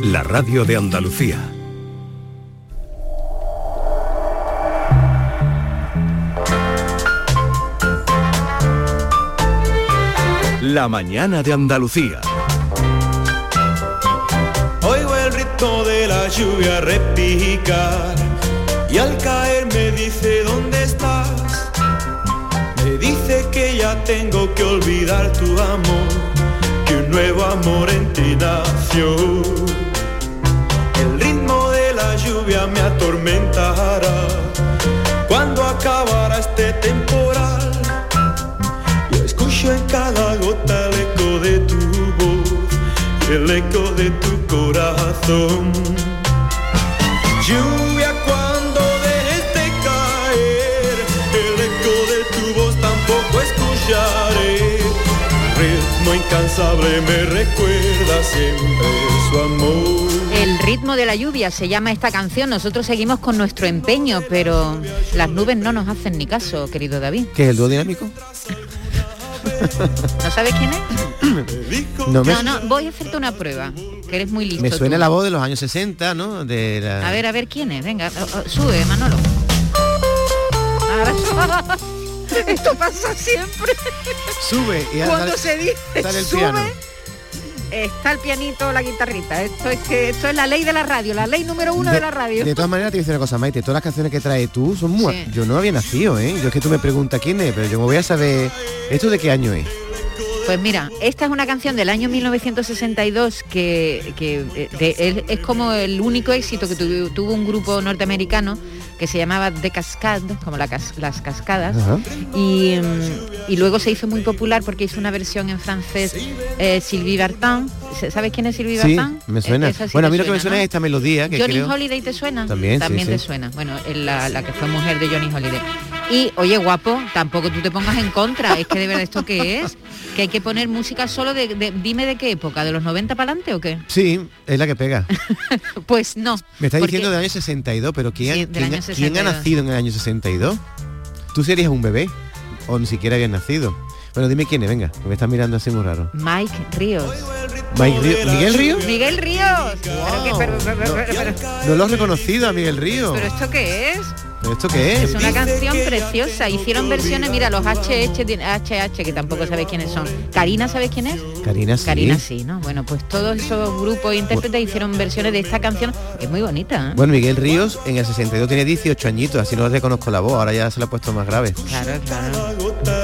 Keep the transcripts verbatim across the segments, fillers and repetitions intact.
la radio de Andalucía. La mañana de Andalucía. Oigo el ritmo de la lluvia repicar y al caer me dice ¿dónde estás? Me dice que ya tengo que olvidar tu amor, que un nuevo amor en ti nació. El ritmo de la lluvia me atormentará cuando acabará este temporal. Yo escucho en cada gota el eco de tu voz y el eco de tu corazón. Lluvia, cuando dejes de caer, el eco de tu voz tampoco escucharé. Ritmo incansable me recuerda siempre su amor. El ritmo de la lluvia se llama esta canción. Nosotros seguimos con nuestro empeño, pero las nubes no nos hacen ni caso, querido David. ¿Qué es el dúo dinámico? ¿No sabes quién es? No, me... no, no, voy a hacerte una prueba, que eres muy listo. Me suena tú. La voz de los años sesenta, ¿no? De la... A ver, a ver quién es. Venga, sube, Manolo. Ahora esto pasa siempre. Sube y cuando sale, se dice sale el sube, piano. Está el pianito, la guitarrita. Esto es que esto es la ley de la radio, la ley número uno de, de la radio. De todas maneras te voy a decir una cosa, Maite, todas las canciones que traes tú son muy... Sí. Yo no había nacido, ¿eh? Yo es que tú me preguntas quién es, pero yo me voy a saber... ¿Esto de qué año es? Pues mira, esta es una canción del año mil novecientos sesenta y dos que, que de, de, es como el único éxito que tuvo, tuvo un grupo norteamericano que se llamaba The Cascade, como la cas, las cascadas, y, y luego se hizo muy popular porque hizo una versión en francés eh, Sylvie Vartan. ¿Sabes quién es Sylvie sí, Vartan? Me suena. Sí bueno, a mí lo suena, que me suena, ¿no? Es esta melodía. Que Johnny creo... Holiday, ¿te suena? También, También sí, te sí. suena. Bueno, la, la que fue mujer de Johnny Holiday. Y, oye, guapo, tampoco tú te pongas en contra. Es que de verdad, ¿esto qué es? Que hay que poner música solo de, de... Dime de qué época, ¿de los noventa para adelante o qué? Sí, es la que pega. Pues no. Me estás porque... diciendo del año sesenta y dos, pero ¿quién, sí, ¿quién, año ¿quién ha nacido en el año sesenta y dos? Tú serías un bebé, o ni siquiera habías nacido. Bueno, dime quién es, venga, me estás mirando así muy raro. Mike Ríos. Mike Ríos. ¿Miguel Ríos? Miguel Ríos. Wow. Pero que, pero, pero, pero, pero, pero. No lo he reconocido a Miguel Ríos. ¿Pero esto qué es? ¿Pero esto qué es? Es una canción preciosa. Hicieron versiones, mira, los H H, que tampoco sabes quiénes son. Karina, ¿sabes quién es? Karina sí. Karina sí, ¿no? Bueno, pues todos esos grupos e intérpretes hicieron versiones de esta canción, que es muy bonita, ¿eh? Bueno, Miguel Ríos en el sesenta y dos tenía dieciocho añitos, así no reconozco la voz, ahora ya se la ha puesto más grave. Claro, claro.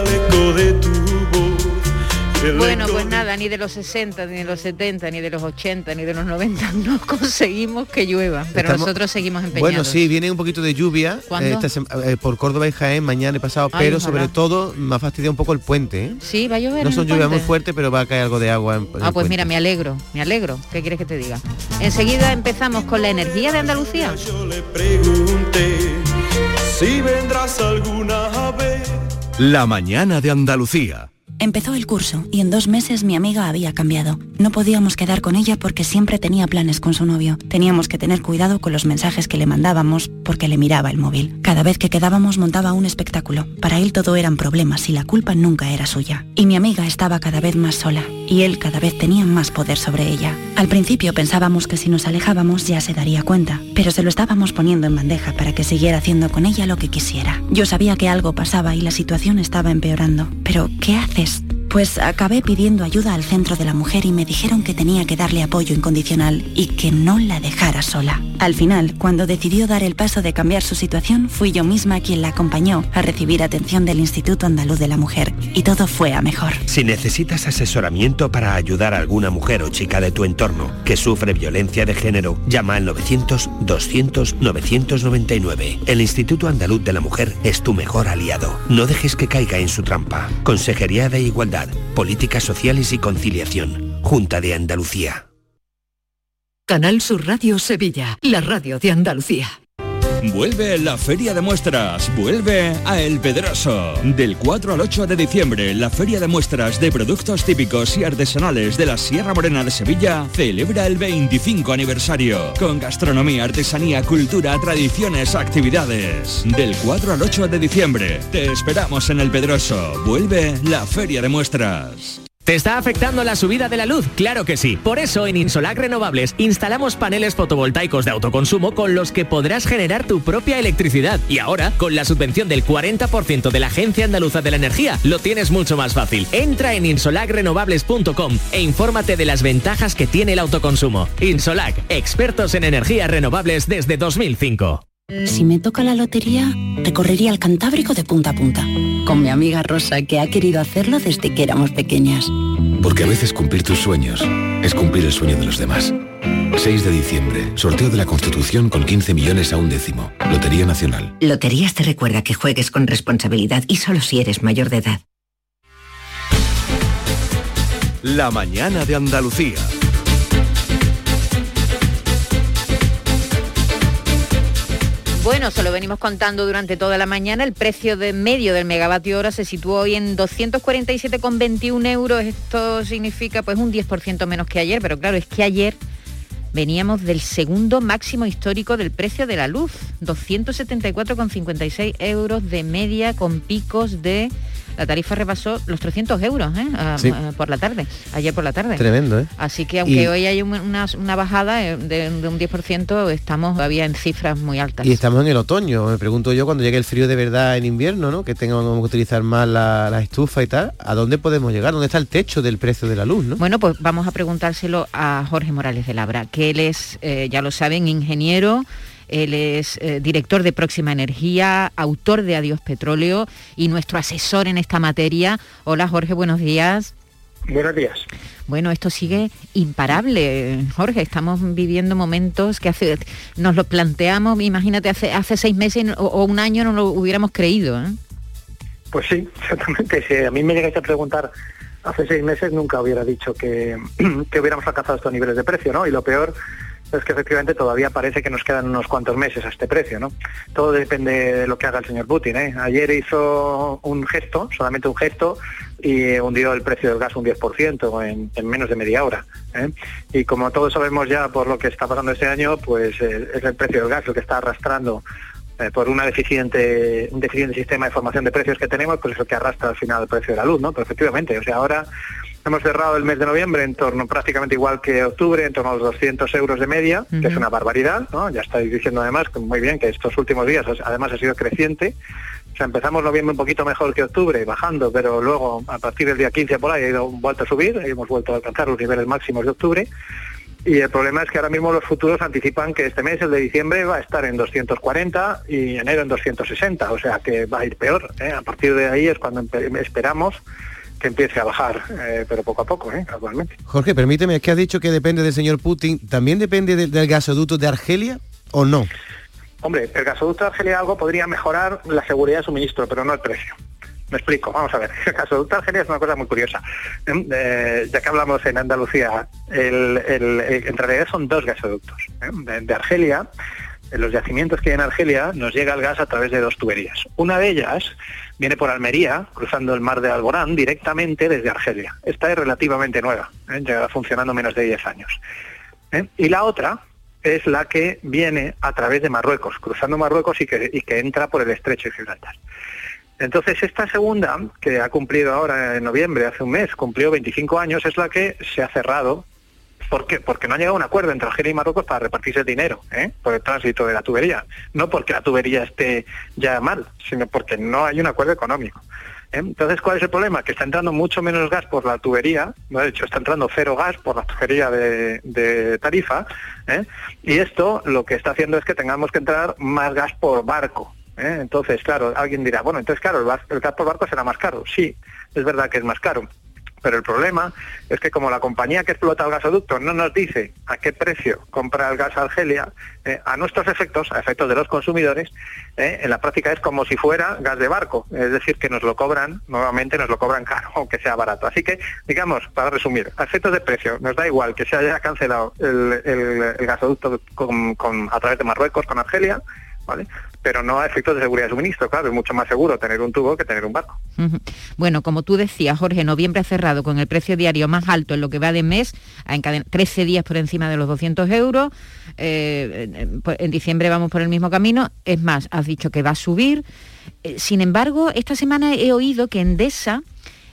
Bueno, pues nada, ni de los sesenta, ni de los setenta, ni de los ochenta, ni de los noventa no conseguimos que llueva, pero Estamos... nosotros seguimos empeñados. Bueno, sí, viene un poquito de lluvia eh, esta, eh, por Córdoba y Jaén mañana y pasado, Ay, pero ojalá. Sobre todo me ha fastidiado un poco el puente, ¿eh? Sí, va a llover. No son lluvias puente. muy fuertes, pero va a caer algo de agua en, en Ah, pues puente. Mira, me alegro, me alegro. ¿Qué quieres que te diga? Enseguida empezamos con la energía de Andalucía. Yo le pregunté si vendrás alguna vez. La mañana de Andalucía. Empezó el curso y en dos meses mi amiga había cambiado. No podíamos quedar con ella porque siempre tenía planes con su novio. Teníamos que tener cuidado con los mensajes que le mandábamos porque le miraba el móvil. Cada vez que quedábamos montaba un espectáculo. Para él todo eran problemas y la culpa nunca era suya. Y mi amiga estaba cada vez más sola y él cada vez tenía más poder sobre ella. Al principio pensábamos que si nos alejábamos ya se daría cuenta, pero se lo estábamos poniendo en bandeja para que siguiera haciendo con ella lo que quisiera. Yo sabía que algo pasaba y la situación estaba empeorando. Pero, ¿qué haces? Pues acabé pidiendo ayuda al centro de la mujer y me dijeron que tenía que darle apoyo incondicional y que no la dejara sola. Al final, cuando decidió dar el paso de cambiar su situación, fui yo misma quien la acompañó a recibir atención del Instituto Andaluz de la Mujer y todo fue a mejor. Si necesitas asesoramiento para ayudar a alguna mujer o chica de tu entorno que sufre violencia de género, llama al novecientos, doscientos, novecientos noventa y nueve. El Instituto Andaluz de la Mujer es tu mejor aliado. No dejes que caiga en su trampa. Consejería de Igualdad, Políticas Sociales y Conciliación, Junta de Andalucía. Canal Sur Radio Sevilla, la radio de Andalucía. Vuelve la Feria de Muestras, vuelve a El Pedroso. Del cuatro al ocho de diciembre, la Feria de Muestras de Productos Típicos y Artesanales de la Sierra Morena de Sevilla celebra el veinticinco aniversario, con gastronomía, artesanía, cultura, tradiciones, actividades. Del cuatro al ocho de diciembre, te esperamos en El Pedroso. Vuelve la Feria de Muestras. ¿Te está afectando la subida de la luz? Claro que sí. Por eso en Insolac Renovables instalamos paneles fotovoltaicos de autoconsumo con los que podrás generar tu propia electricidad. Y ahora, con la subvención del cuarenta por ciento de la Agencia Andaluza de la Energía, lo tienes mucho más fácil. Entra en insolac renovables punto com e infórmate de las ventajas que tiene el autoconsumo. Insolac, expertos en energías renovables desde dos mil cinco. Si me toca la lotería, recorrería el Cantábrico de punta a punta, con mi amiga Rosa, que ha querido hacerlo desde que éramos pequeñas. Porque a veces cumplir tus sueños es cumplir el sueño de los demás. seis de diciembre, sorteo de la Constitución con quince millones a un décimo. Lotería Nacional. Loterías te recuerda que juegues con responsabilidad y solo si eres mayor de edad. La mañana de Andalucía. Bueno, se lo venimos contando durante toda la mañana. El precio de medio del megavatio hora se situó hoy en doscientos cuarenta y siete con veintiún euros. Esto significa pues un diez por ciento menos que ayer, pero claro, es que ayer veníamos del segundo máximo histórico del precio de la luz, doscientos setenta y cuatro con cincuenta y seis euros de media, con picos de... La tarifa rebasó los trescientos euros ¿eh? a, sí. a, por la tarde, ayer por la tarde. Tremendo, ¿eh? Así que aunque y... hoy hay una, una bajada de, de un diez por ciento, estamos todavía en cifras muy altas. Y estamos en el otoño, me pregunto yo, cuando llegue el frío de verdad en invierno, ¿no? Que tengamos que utilizar más la, la estufa y tal, ¿a dónde podemos llegar? ¿Dónde está el techo del precio de la luz, no? Bueno, pues vamos a preguntárselo a Jorge Morales de Labra, que él es, eh, ya lo saben, ingeniero. Él es eh, director de Próxima Energía, autor de Adiós Petróleo y nuestro asesor en esta materia. Hola Jorge, buenos días. Buenos días. Bueno, esto sigue imparable, Jorge. Estamos viviendo momentos que hace, nos lo planteamos, imagínate, hace, hace seis meses o, o un año no lo hubiéramos creído, ¿eh? Pues sí, exactamente. Si a mí me llegáis a preguntar hace seis meses, nunca hubiera dicho que, que hubiéramos alcanzado estos niveles de precio, ¿no? Y lo peor es que efectivamente todavía parece que nos quedan unos cuantos meses a este precio, ¿no? Todo depende de lo que haga el señor Putin, ¿eh? Ayer hizo un gesto, solamente un gesto, y hundió el precio del gas un diez por ciento en, en menos de media hora, ¿eh? Y como todos sabemos ya por lo que está pasando este año, pues eh, es el precio del gas lo que está arrastrando eh, por una deficiente, un deficiente sistema de formación de precios que tenemos, pues es lo que arrastra al final el precio de la luz, ¿no? Pero efectivamente, o sea, ahora hemos cerrado el mes de noviembre en torno prácticamente igual que octubre, en torno a los doscientos euros de media, uh-huh. que es una barbaridad, ¿no? Ya estáis diciendo además que muy bien que estos últimos días además ha sido creciente. O sea, empezamos noviembre un poquito mejor que octubre, bajando, pero luego a partir del día quince por ahí ha ido vuelto a subir y hemos vuelto a alcanzar los niveles máximos de octubre. Y el problema es que ahora mismo los futuros anticipan que este mes, el de diciembre, va a estar en doscientos cuarenta y enero en doscientos sesenta, o sea que va a ir peor, ¿eh? A partir de ahí es cuando esperamos que empiece a bajar, eh, pero poco a poco, ¿eh? Gradualmente. Jorge, permíteme, es que has dicho que depende del señor Putin, ¿también depende de, del gasoducto de Argelia o no? Hombre, el gasoducto de Argelia algo podría mejorar la seguridad de suministro, pero no el precio. Me explico, vamos a ver. El gasoducto de Argelia es una cosa muy curiosa. Eh, ya que hablamos en Andalucía, el, el, el, en realidad son dos gasoductos. ¿eh? De, de Argelia, en los yacimientos que hay en Argelia, nos llega el gas a través de dos tuberías. Una de ellas viene por Almería, cruzando el mar de Alborán, directamente desde Argelia. Esta es relativamente nueva, ¿eh? lleva funcionando menos de diez años. ¿eh? Y la otra es la que viene a través de Marruecos, cruzando Marruecos y que, y que entra por el estrecho de Gibraltar. Entonces, esta segunda, que ha cumplido ahora en noviembre, hace un mes, cumplió veinticinco años, es la que se ha cerrado. ¿Por qué? Porque no ha llegado a un acuerdo entre Argelia y Marruecos para repartirse el dinero, ¿eh? por el tránsito de la tubería. No porque la tubería esté ya mal, sino porque no hay un acuerdo económico. ¿eh? Entonces, ¿cuál es el problema? Que está entrando mucho menos gas por la tubería, ¿no? De hecho, está entrando cero gas por la tubería de, de Tarifa, ¿eh? y esto lo que está haciendo es que tengamos que entrar más gas por barco. ¿eh? Entonces, claro, alguien dirá, bueno, entonces, claro, el, bar, el gas por barco será más caro. Sí, es verdad que es más caro. Pero el problema es que como la compañía que explota el gasoducto no nos dice a qué precio compra el gas a Argelia, eh, a nuestros efectos, a efectos de los consumidores, eh, en la práctica es como si fuera gas de barco. Es decir, que nos lo cobran, nuevamente nos lo cobran caro, aunque sea barato. Así que, digamos, para resumir, a efectos de precio, nos da igual que se haya cancelado el, el, el gasoducto con, con, a través de Marruecos con Argelia, ¿vale? Pero no a efectos de seguridad de suministro, claro, es mucho más seguro tener un tubo que tener un barco. Uh-huh. Bueno, como tú decías, Jorge, noviembre ha cerrado con el precio diario más alto en lo que va de mes, a encaden- trece días por encima de los doscientos euros, eh, en diciembre vamos por el mismo camino, es más, has dicho que va a subir, eh, sin embargo, esta semana he oído que Endesa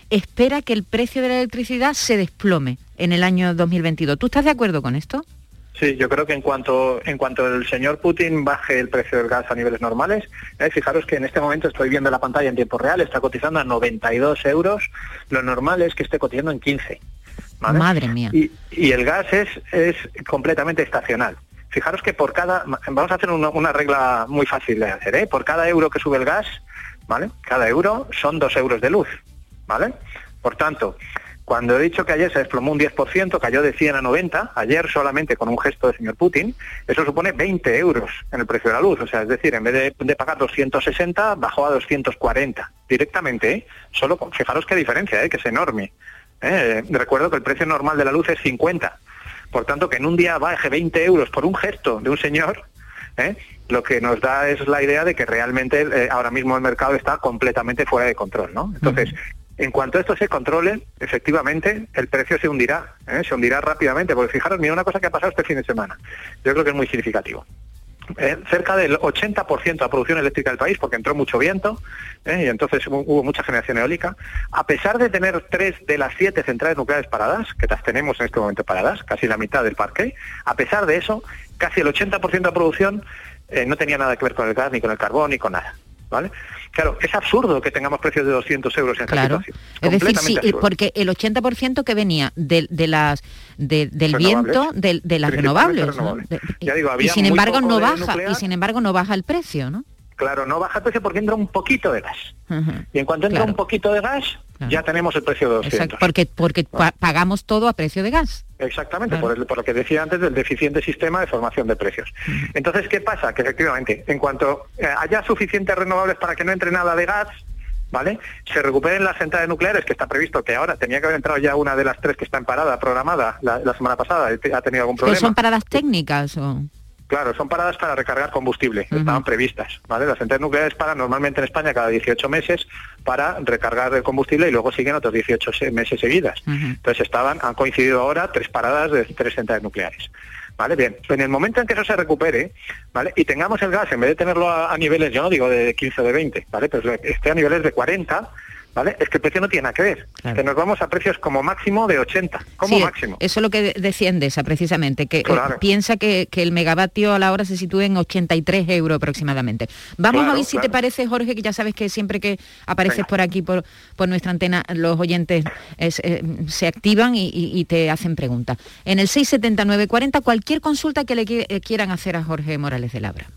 espera que el precio de la electricidad se desplome en el año dos mil veintidós. ¿Tú estás de acuerdo con esto? Sí, yo creo que en cuanto en cuanto el señor Putin baje el precio del gas a niveles normales, eh, fijaros que en este momento estoy viendo la pantalla en tiempo real, está cotizando a noventa y dos euros, lo normal es que esté cotizando en quince. ¿Vale? Madre mía. Y, y el gas es, es completamente estacional. Fijaros que por cada, vamos a hacer una, una regla muy fácil de hacer, ¿eh? Por cada euro que sube el gas, ¿vale? Cada euro son dos euros de luz, ¿vale? Por tanto, cuando he dicho que ayer se desplomó un diez por ciento, cayó de cien a noventa, ayer solamente con un gesto del señor Putin, eso supone veinte euros en el precio de la luz. O sea, es decir, en vez de, de pagar doscientos sesenta, bajó a doscientos cuarenta directamente, ¿eh? Solo, fijaros qué diferencia, ¿eh? Que es enorme. ¿eh? Recuerdo que el precio normal de la luz es cincuenta. Por tanto, que en un día baje veinte euros por un gesto de un señor, ¿eh? Lo que nos da es la idea de que realmente eh, ahora mismo el mercado está completamente fuera de control, ¿no? Entonces, en cuanto esto se controle, efectivamente, el precio se hundirá, ¿eh? se hundirá rápidamente, porque fijaros, mira una cosa que ha pasado este fin de semana, yo creo que es muy significativo. Eh, cerca del ochenta por ciento de la producción eléctrica del país, porque entró mucho viento, ¿eh? y entonces hubo, hubo mucha generación eólica, a pesar de tener tres de las siete centrales nucleares paradas, que las tenemos en este momento paradas, casi la mitad del parque, a pesar de eso, casi el ochenta por ciento de la producción eh, no tenía nada que ver con el gas, ni con el carbón, ni con nada. ¿Vale? Claro, es absurdo que tengamos precios de doscientos euros en esta claro. situación. Es decir, sí, absurdo. Porque el ochenta por ciento que venía de, de las de, del renovables. viento, de, de las renovables, renovables. ¿no? Ya digo, había y sin embargo no baja, nuclear. y sin embargo no baja el precio, ¿no? Claro, no baja el precio porque entra un poquito de gas. Uh-huh. Y en cuanto entra claro. un poquito de gas, claro. ya tenemos el precio de doscientos. Exacto, porque porque pa- pagamos todo a precio de gas. Exactamente, claro. por, el, por lo que decía antes del deficiente sistema de formación de precios. Uh-huh. Entonces, ¿qué pasa? Que efectivamente, en cuanto eh, haya suficientes renovables para que no entre nada de gas, ¿vale? Se recuperen las centrales nucleares, que está previsto que ahora tenía que haber entrado ya una de las tres que está en parada, programada la, la semana pasada, ha tenido algún problema. ¿Pero son paradas técnicas o...? Claro, son paradas para recargar combustible, uh-huh. estaban previstas, ¿vale? Las centrales nucleares paran normalmente en España cada dieciocho meses para recargar el combustible y luego siguen otros dieciocho meses seguidas. Uh-huh. Entonces estaban, han coincidido ahora tres paradas de tres centrales nucleares. Vale, bien. En el momento en que eso se recupere, ¿vale? Y tengamos el gas, en vez de tenerlo a, a niveles, yo no digo de quince o de veinte, ¿vale? Pero esté a niveles de cuarenta, ¿vale? Es que el precio no tiene nada que ver. Claro. Que nos vamos a precios como máximo de ochenta, como sí, máximo. Eso es lo que decía Endesa, precisamente, que claro. eh, piensa que, que el megavatio a la hora se sitúe en ochenta y tres euros aproximadamente. Vamos claro, a ver si claro. te parece, Jorge, que ya sabes que siempre que apareces Venga. por aquí, por, por nuestra antena, los oyentes es, eh, se activan y, y, y te hacen preguntas. En el seis setenta y nueve cuarenta, cualquier consulta que le qu- quieran hacer a Jorge Morales de Labra.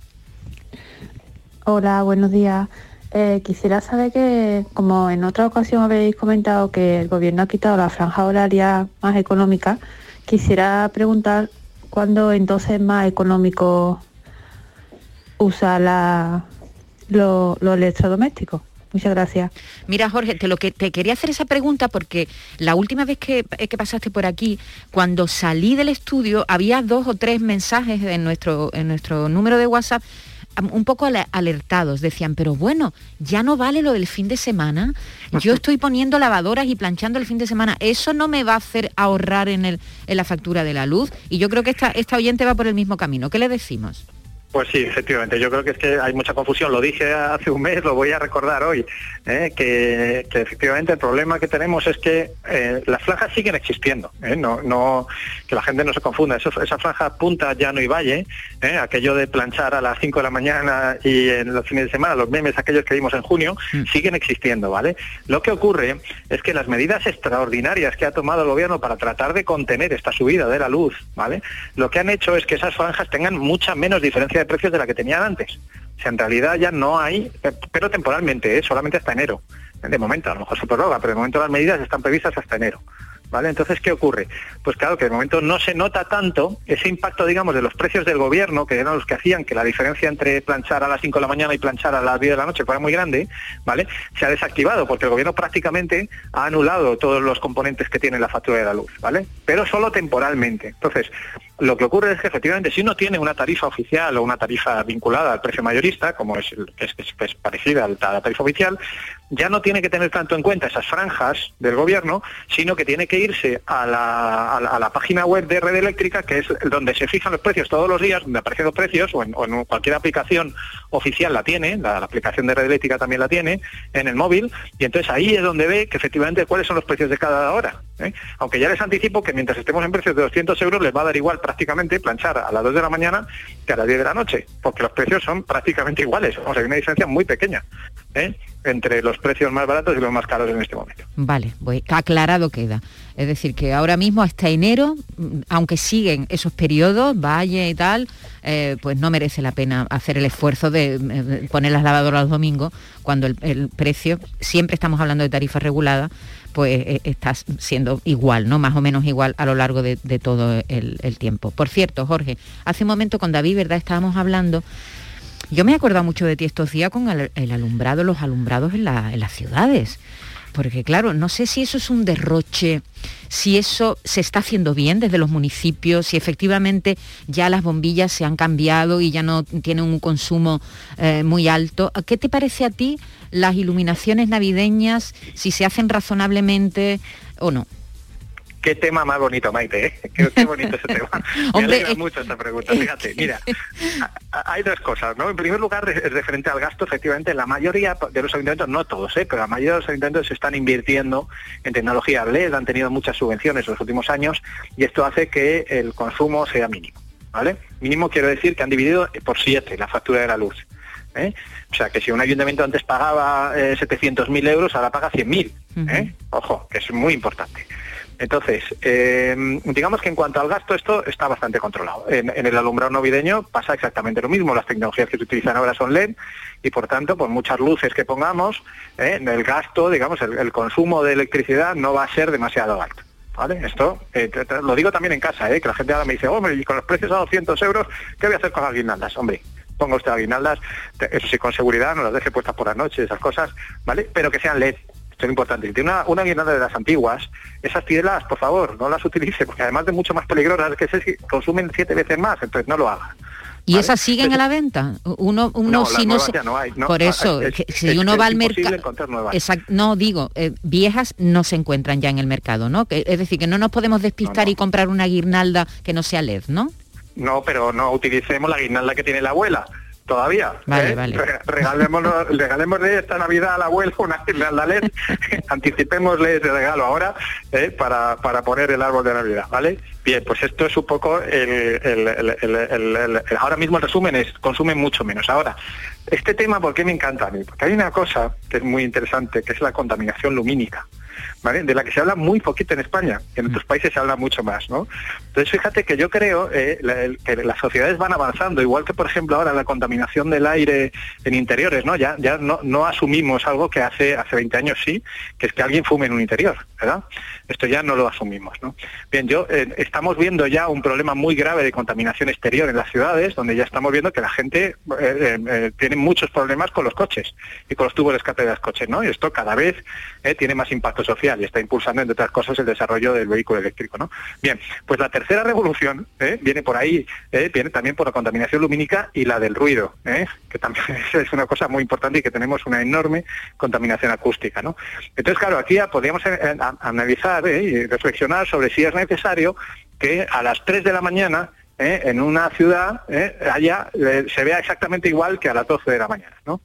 Hola, buenos días. Eh, quisiera saber que, como en otra ocasión habéis comentado que el gobierno ha quitado la franja horaria más económica, quisiera preguntar cuándo entonces es más económico usar la, lo, los electrodomésticos. Muchas gracias. Mira, Jorge, te, lo que, te quería hacer esa pregunta porque la última vez que, que pasaste por aquí, cuando salí del estudio, había dos o tres mensajes en nuestro, en nuestro número de WhatsApp un poco alertados, decían, pero bueno, ya no vale lo del fin de semana, yo estoy poniendo lavadoras y planchando el fin de semana, eso no me va a hacer ahorrar en, el, en la factura de la luz, y yo creo que esta, esta oyente va por el mismo camino. ¿Qué le decimos? Pues sí, efectivamente, yo creo que es que hay mucha confusión, lo dije hace un mes, lo voy a recordar hoy, ¿eh? que, que efectivamente el problema que tenemos es que eh, las franjas siguen existiendo, ¿eh? no, no, que la gente no se confunda, Eso, esa franja punta, llano y valle, ¿eh? aquello de planchar a las cinco de la mañana y en los fines de semana, los memes aquellos que vimos en junio, mm. siguen existiendo, ¿vale? Lo que ocurre es que las medidas extraordinarias que ha tomado el gobierno para tratar de contener esta subida de la luz, ¿vale? Lo que han hecho es que esas franjas tengan mucha menos diferencia de precios de la que tenían antes. O sea, en realidad ya no hay, pero temporalmente, ¿eh? solamente hasta enero. De momento, a lo mejor se prorroga, pero de momento las medidas están previstas hasta enero. ¿Vale? Entonces, ¿qué ocurre? Pues claro, que de momento no se nota tanto ese impacto, digamos, de los precios del gobierno, que eran los que hacían que la diferencia entre planchar a las cinco de la mañana y planchar a las diez de la noche fuera muy grande, ¿vale? Se ha desactivado, porque el gobierno prácticamente ha anulado todos los componentes que tiene la factura de la luz, ¿vale? Pero solo temporalmente. Entonces, Lo que ocurre es que efectivamente si uno tiene una tarifa oficial o una tarifa vinculada al precio mayorista, como es, es, es, es parecida a la tarifa oficial, ya no tiene que tener tanto en cuenta esas franjas del gobierno, sino que tiene que irse a la, a la, a la página web de Red Eléctrica, que es donde se fijan los precios todos los días, donde aparecen los precios, o en, o en cualquier aplicación oficial la tiene, la, la aplicación de Red Eléctrica también la tiene, en el móvil, y entonces ahí es donde ve que efectivamente cuáles son los precios de cada hora. ¿eh? Aunque ya les anticipo que mientras estemos en precios de doscientos euros les va a dar igual prácticamente planchar a las dos de la mañana que a las diez de la noche, porque los precios son prácticamente iguales, o sea, hay una diferencia muy pequeña ¿eh? entre los precios más baratos y los más caros en este momento. Vale, pues aclarado queda. Es decir, que ahora mismo hasta enero, aunque siguen esos periodos, valle y tal, eh, pues no merece la pena hacer el esfuerzo de eh, poner las lavadoras los domingos, cuando el, el precio, siempre estamos hablando de tarifa regulada, pues eh, está siendo igual, ¿no? Más o menos igual a lo largo de, de todo el, el tiempo. Por cierto, Jorge, hace un momento con David, ¿verdad?, estábamos hablando. Yo me he acordado mucho de ti estos días con el, el alumbrado, los alumbrados en, la, en las ciudades. Porque claro, no sé si eso es un derroche, si eso se está haciendo bien desde los municipios, si efectivamente ya las bombillas se han cambiado y ya no tienen un consumo eh, muy alto. ¿Qué te parece a ti las iluminaciones navideñas, si se hacen razonablemente o no? Qué tema más bonito, Maite, ¿eh? Qué, qué bonito ese tema. Me Hombre, alegra mucho esta pregunta. Fíjate, mira, hay dos cosas, ¿no? En primer lugar, referente al gasto, efectivamente, la mayoría de los ayuntamientos, no todos, ¿eh? pero la mayoría de los ayuntamientos se están invirtiendo en tecnología L E D, han tenido muchas subvenciones en los últimos años, y esto hace que el consumo sea mínimo, ¿vale? Mínimo quiero decir que han dividido por siete la factura de la luz. ¿Eh? O sea, que si un ayuntamiento antes pagaba eh, setecientos mil euros, ahora paga cien mil. ¿eh? Uh-huh. Ojo, que es muy importante. Entonces, eh, digamos que en cuanto al gasto, esto está bastante controlado. En, en el alumbrado navideño pasa exactamente lo mismo. Las tecnologías que se utilizan ahora son L E D y, por tanto, por muchas luces que pongamos, eh, el gasto, digamos, el, el consumo de electricidad no va a ser demasiado alto. ¿Vale? Esto eh, te, te, lo digo también en casa, ¿eh? que la gente ahora me dice, hombre, y con los precios a doscientos euros, ¿qué voy a hacer con las guirnaldas? Hombre, ponga usted las guirnaldas, eso sí, con seguridad, no las deje puestas por la noche, esas cosas, ¿vale? Pero que sean L E D. Esto es importante. Si tiene una, una guirnalda de las antiguas, esas tírelas, por favor, no las utilice, porque además de mucho más peligrosas, que se consumen siete veces más, entonces no lo haga. ¿Y ¿vale? esas siguen entonces, a la venta? Uno, uno no, si no se... ya no hay. No, por eso, es, que, es, si es, uno es va al mercado... Exacto, no, digo, eh, viejas no se encuentran ya en el mercado, ¿no? Que, es decir, que no nos podemos despistar no, no. y comprar una guirnalda que no sea L E D, ¿no? No, pero no utilicemos la guirnalda que tiene la abuela. Todavía. Vale, ¿eh? vale. Regalémosle, regalémosle esta Navidad al abuelo una guirnalda L E D, anticipémosle ese regalo ahora ¿eh? para, para poner el árbol de Navidad, ¿vale? Bien, pues esto es un poco el, el, el, el, el, el, el ahora mismo el resumen es, consumen mucho menos. Ahora, este tema, ¿por qué me encanta a mí? Porque hay una cosa que es muy interesante, que es la contaminación lumínica, ¿vale? De la que se habla muy poquito en España, en otros países se habla mucho más, ¿no? Entonces fíjate que yo creo eh, la, el, que las sociedades van avanzando, igual que por ejemplo ahora la contaminación del aire en interiores, ¿no? Ya, ya no, no asumimos algo que hace, hace veinte años sí, que es que alguien fume en un interior, ¿verdad? Esto ya no lo asumimos, ¿no? Bien, yo eh, estamos viendo ya un problema muy grave de contaminación exterior en las ciudades, donde ya estamos viendo que la gente eh, eh, tiene muchos problemas con los coches y con los tubos de escape de los coches, ¿no? Y esto cada vez eh, tiene más impacto social y está impulsando, entre otras cosas, el desarrollo del vehículo eléctrico, ¿no? Bien, pues la tercera revolución ¿eh? viene por ahí, ¿eh? viene también por la contaminación lumínica y la del ruido, ¿eh? que también es una cosa muy importante y que tenemos una enorme contaminación acústica, ¿no? Entonces, claro, aquí ya podríamos eh, a, analizar ¿eh? y reflexionar sobre si es necesario que a las tres de la mañana ¿eh? en una ciudad ¿eh? haya, eh, se vea exactamente igual que a las doce de la mañana, ¿no?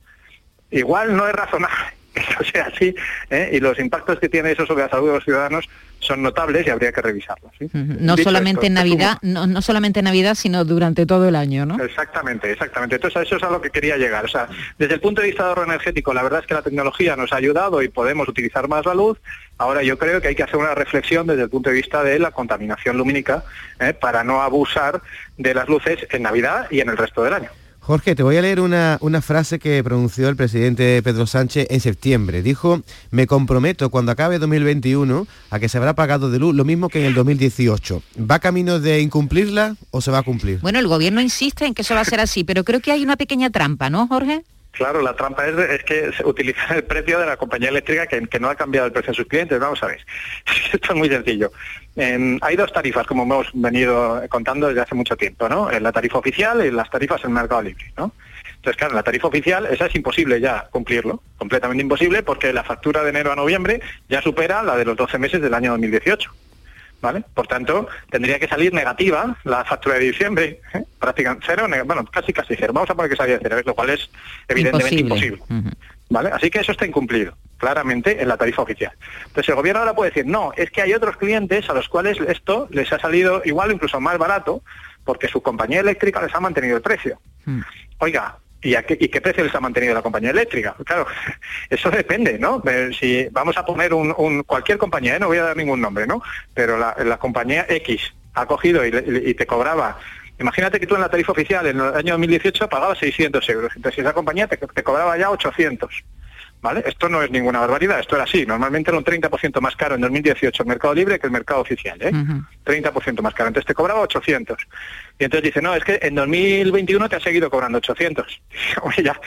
Igual no es razonable que eso sea así, ¿eh? y los impactos que tiene eso sobre la salud de los ciudadanos son notables y habría que revisarlos, ¿sí? Uh-huh. No Dicho solamente esto, en Navidad, no, no solamente en Navidad, sino durante todo el año, ¿no? Exactamente, exactamente. Entonces a eso es a lo que quería llegar. O sea, desde el punto de vista de ahorro energético, la verdad es que la tecnología nos ha ayudado y podemos utilizar más la luz. Ahora yo creo que hay que hacer una reflexión desde el punto de vista de la contaminación lumínica ¿eh? para no abusar de las luces en Navidad y en el resto del año. Jorge, te voy a leer una, una frase que pronunció el presidente Pedro Sánchez en septiembre. Dijo, me comprometo cuando acabe dos mil veintiuno a que se habrá pagado de luz lo mismo que en el dos mil dieciocho. ¿Va camino de incumplirla o se va a cumplir? Bueno, el gobierno insiste en que eso va a ser así, pero creo que hay una pequeña trampa, ¿no, Jorge? Claro, la trampa es, es que se utiliza el precio de la compañía eléctrica que, que no ha cambiado el precio a sus clientes. Vamos a ver. Esto es muy sencillo. Eh, hay dos tarifas, como hemos venido contando desde hace mucho tiempo, ¿no? La tarifa oficial y las tarifas en Mercado Libre, ¿no? Entonces, claro, la tarifa oficial, esa es imposible ya cumplirlo, completamente imposible, porque la factura de enero a noviembre ya supera la de los doce meses del año dos mil dieciocho. ¿Vale? Por tanto, tendría que salir negativa la factura de diciembre, ¿eh? prácticamente cero, bueno, casi casi cero. Vamos a poner que salga de cero, lo cual es evidentemente imposible. imposible. Uh-huh. ¿Vale? Así que eso está incumplido, claramente, en la tarifa oficial. Entonces el gobierno ahora puede decir, no, es que hay otros clientes a los cuales esto les ha salido igual o incluso más barato, porque su compañía eléctrica les ha mantenido el precio. Uh-huh. Oiga, ¿Y, a qué, ¿Y qué precio les ha mantenido la compañía eléctrica? Claro, eso depende, ¿no? Si vamos a poner un, un cualquier compañía, ¿eh? No voy a dar ningún nombre, ¿no? Pero la, la compañía X ha cogido y, y te cobraba, imagínate que tú en la tarifa oficial en el año dos mil dieciocho pagabas seiscientos euros, entonces esa compañía te, te cobraba ya ochocientos. ¿Vale? Esto no es ninguna barbaridad, esto era así. Normalmente era un treinta por ciento más caro en dos mil dieciocho el Mercado Libre que el mercado oficial, ¿eh? Uh-huh. treinta por ciento más caro. Entonces te cobraba ochocientos. Y entonces dice, no, es que en dos mil veintiuno te ha seguido cobrando ochocientos. Oye, ya,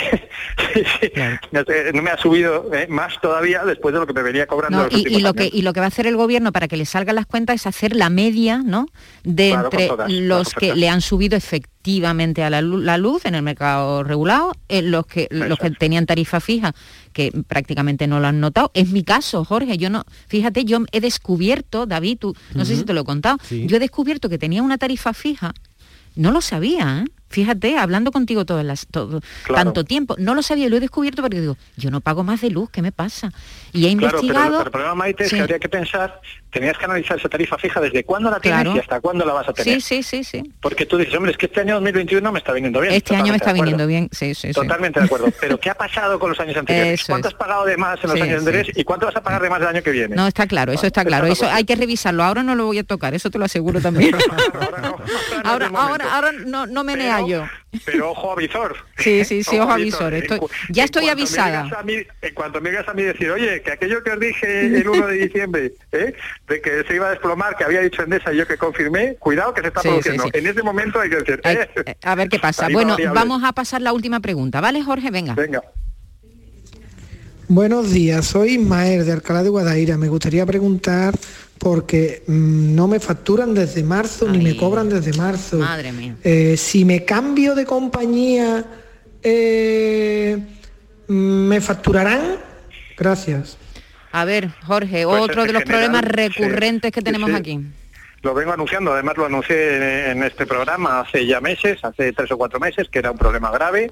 sí, sí. Claro. No me ha subido eh, más todavía después de lo que me venía cobrando. No, los y, y, lo años. que, y lo que va a hacer el gobierno para que le salgan las cuentas es hacer la media, ¿no? De claro, entre todas, los que le han subido efectivamente a la luz, la luz en el mercado regulado, eh, los que Eso los que es. tenían tarifa fija, que prácticamente no lo han notado. Es mi caso, Jorge, yo no, fíjate, yo he descubierto, David, tú, no uh-huh. sé si te lo he contado, sí. yo he descubierto que tenía una tarifa fija, no lo sabía, ¿eh? Fíjate, hablando contigo todas las, todo, claro. tanto tiempo, no lo sabía, lo he descubierto porque digo, yo no pago más de luz, ¿qué me pasa? Y he claro, investigado... Pero, pero el problema, Maite, sí. es que habría que pensar, tenías que analizar esa tarifa fija desde cuándo la tienes claro. y hasta cuándo la vas a tener. Sí, sí, sí, sí. Porque tú dices, hombre, es que este año dos mil veintiuno me está viniendo bien. Este año me está viniendo bien, sí, sí. Totalmente sí. de acuerdo. Pero ¿qué ha pasado con los años anteriores? Eso ¿Cuánto es. has pagado de más en los sí, años anteriores sí. y cuánto vas a pagar de más el año que viene? No, está claro, eso está claro. Eso hay que revisarlo. Ahora no lo voy a tocar, eso te lo aseguro también. ahora no. Ahora, ahora, ahora no, no me nea yo. Pero ojo a visor. Sí, sí, sí, ojo, ojo a visor. Estoy, cu- ya estoy avisada. Mí, en cuanto me digas a mí decir, oye, que aquello que os dije el uno de diciembre, ¿eh? de que se iba a desplomar, que había dicho Endesa y yo que confirmé, cuidado que se está sí, produciendo. Sí, sí. En ese momento hay que decir, eh, hay, a ver qué pasa. Bueno, vamos a pasar la última pregunta, ¿vale, Jorge? Venga. Venga. Buenos días, soy Ismael de Alcalá de Guadaira. Me gustaría preguntar porque mmm, no me facturan desde marzo Ay, ni me cobran desde marzo. Madre mía. Eh, si me cambio de compañía, eh, ¿me facturarán? Gracias. A ver, Jorge, pues otro de los general, problemas recurrentes sí, que tenemos sí, sí. aquí. Lo vengo anunciando, además lo anuncié en este programa hace ya meses, hace tres o cuatro meses, que era un problema grave.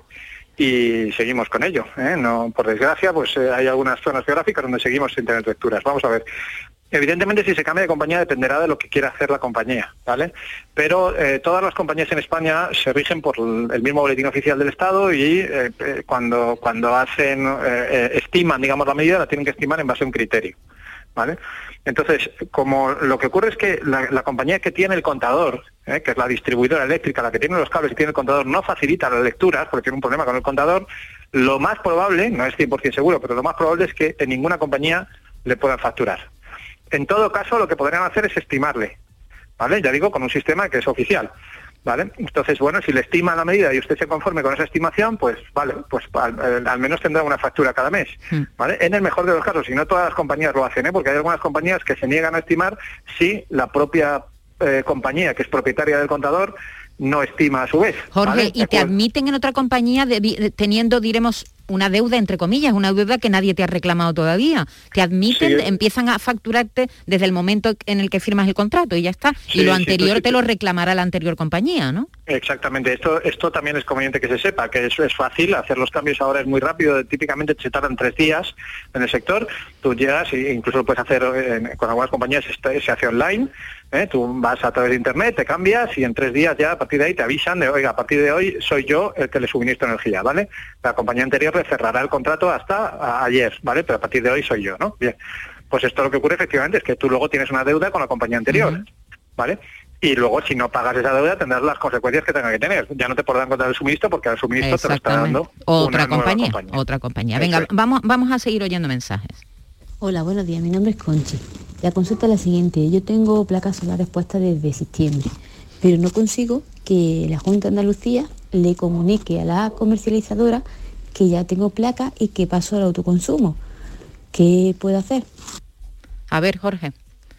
Y seguimos con ello, ¿eh? No, por desgracia, pues eh, hay algunas zonas geográficas donde seguimos sin tener lecturas. Vamos a ver. Evidentemente, si se cambia de compañía dependerá de lo que quiera hacer la compañía, ¿vale? Pero eh, todas las compañías en España se rigen por el mismo boletín oficial del Estado y eh, eh, cuando cuando hacen eh, eh, estiman, digamos, la medida, la tienen que estimar en base a un criterio, ¿vale? Entonces, como lo que ocurre es que la, la compañía que tiene el contador, ¿eh? que es la distribuidora eléctrica, la que tiene los cables y tiene el contador, no facilita las lecturas porque tiene un problema con el contador, lo más probable, no es cien por ciento seguro, pero lo más probable es que en ninguna compañía le puedan facturar. En todo caso, lo que podrían hacer es estimarle, ¿vale? Ya digo, con un sistema que es oficial, ¿vale? Entonces, bueno, si le estima la medida y usted se conforme con esa estimación, pues vale, pues al, al menos tendrá una factura cada mes, ¿vale? En el mejor de los casos, si no todas las compañías lo hacen, ¿eh? Porque hay algunas compañías que se niegan a estimar si la propia eh, compañía, que es propietaria del contador, no estima a su vez. Jorge, ¿vale? ¿y te admiten en otra compañía de, de, teniendo, diremos, una deuda, entre comillas, una deuda que nadie te ha reclamado todavía? ¿Te admiten, sí, empiezan a facturarte desde el momento en el que firmas el contrato y ya está? Sí, y lo anterior sí, sí, te sí. lo reclamará la anterior compañía, ¿no? Exactamente. Esto esto también es conveniente que se sepa, que eso es fácil, hacer los cambios ahora es muy rápido, típicamente se tardan tres días en el sector, tú llegas e incluso lo puedes hacer en, con algunas compañías, se, se hace online, ¿eh? Tú vas a través de internet, te cambias y en tres días ya a partir de ahí te avisan de, oiga, a partir de hoy soy yo el que le suministro energía, ¿vale? La compañía anterior le cerrará el contrato hasta a, ayer, ¿vale? Pero a partir de hoy soy yo, ¿no? Bien, pues esto lo que ocurre efectivamente es que tú luego tienes una deuda con la compañía anterior, uh-huh. ¿vale? Y luego si no pagas esa deuda tendrás las consecuencias que tenga que tener. Ya no te podrán contar el suministro porque el suministro te lo está dando otra una compañía, compañía. Otra compañía. Venga, es. vamos, vamos a seguir oyendo mensajes. Hola, buenos días, mi nombre es Conchi. La consulta es la siguiente, yo tengo placas solares puestas desde septiembre, pero no consigo que la Junta de Andalucía le comunique a la comercializadora que ya tengo placas y que paso al autoconsumo. ¿Qué puedo hacer? A ver, Jorge.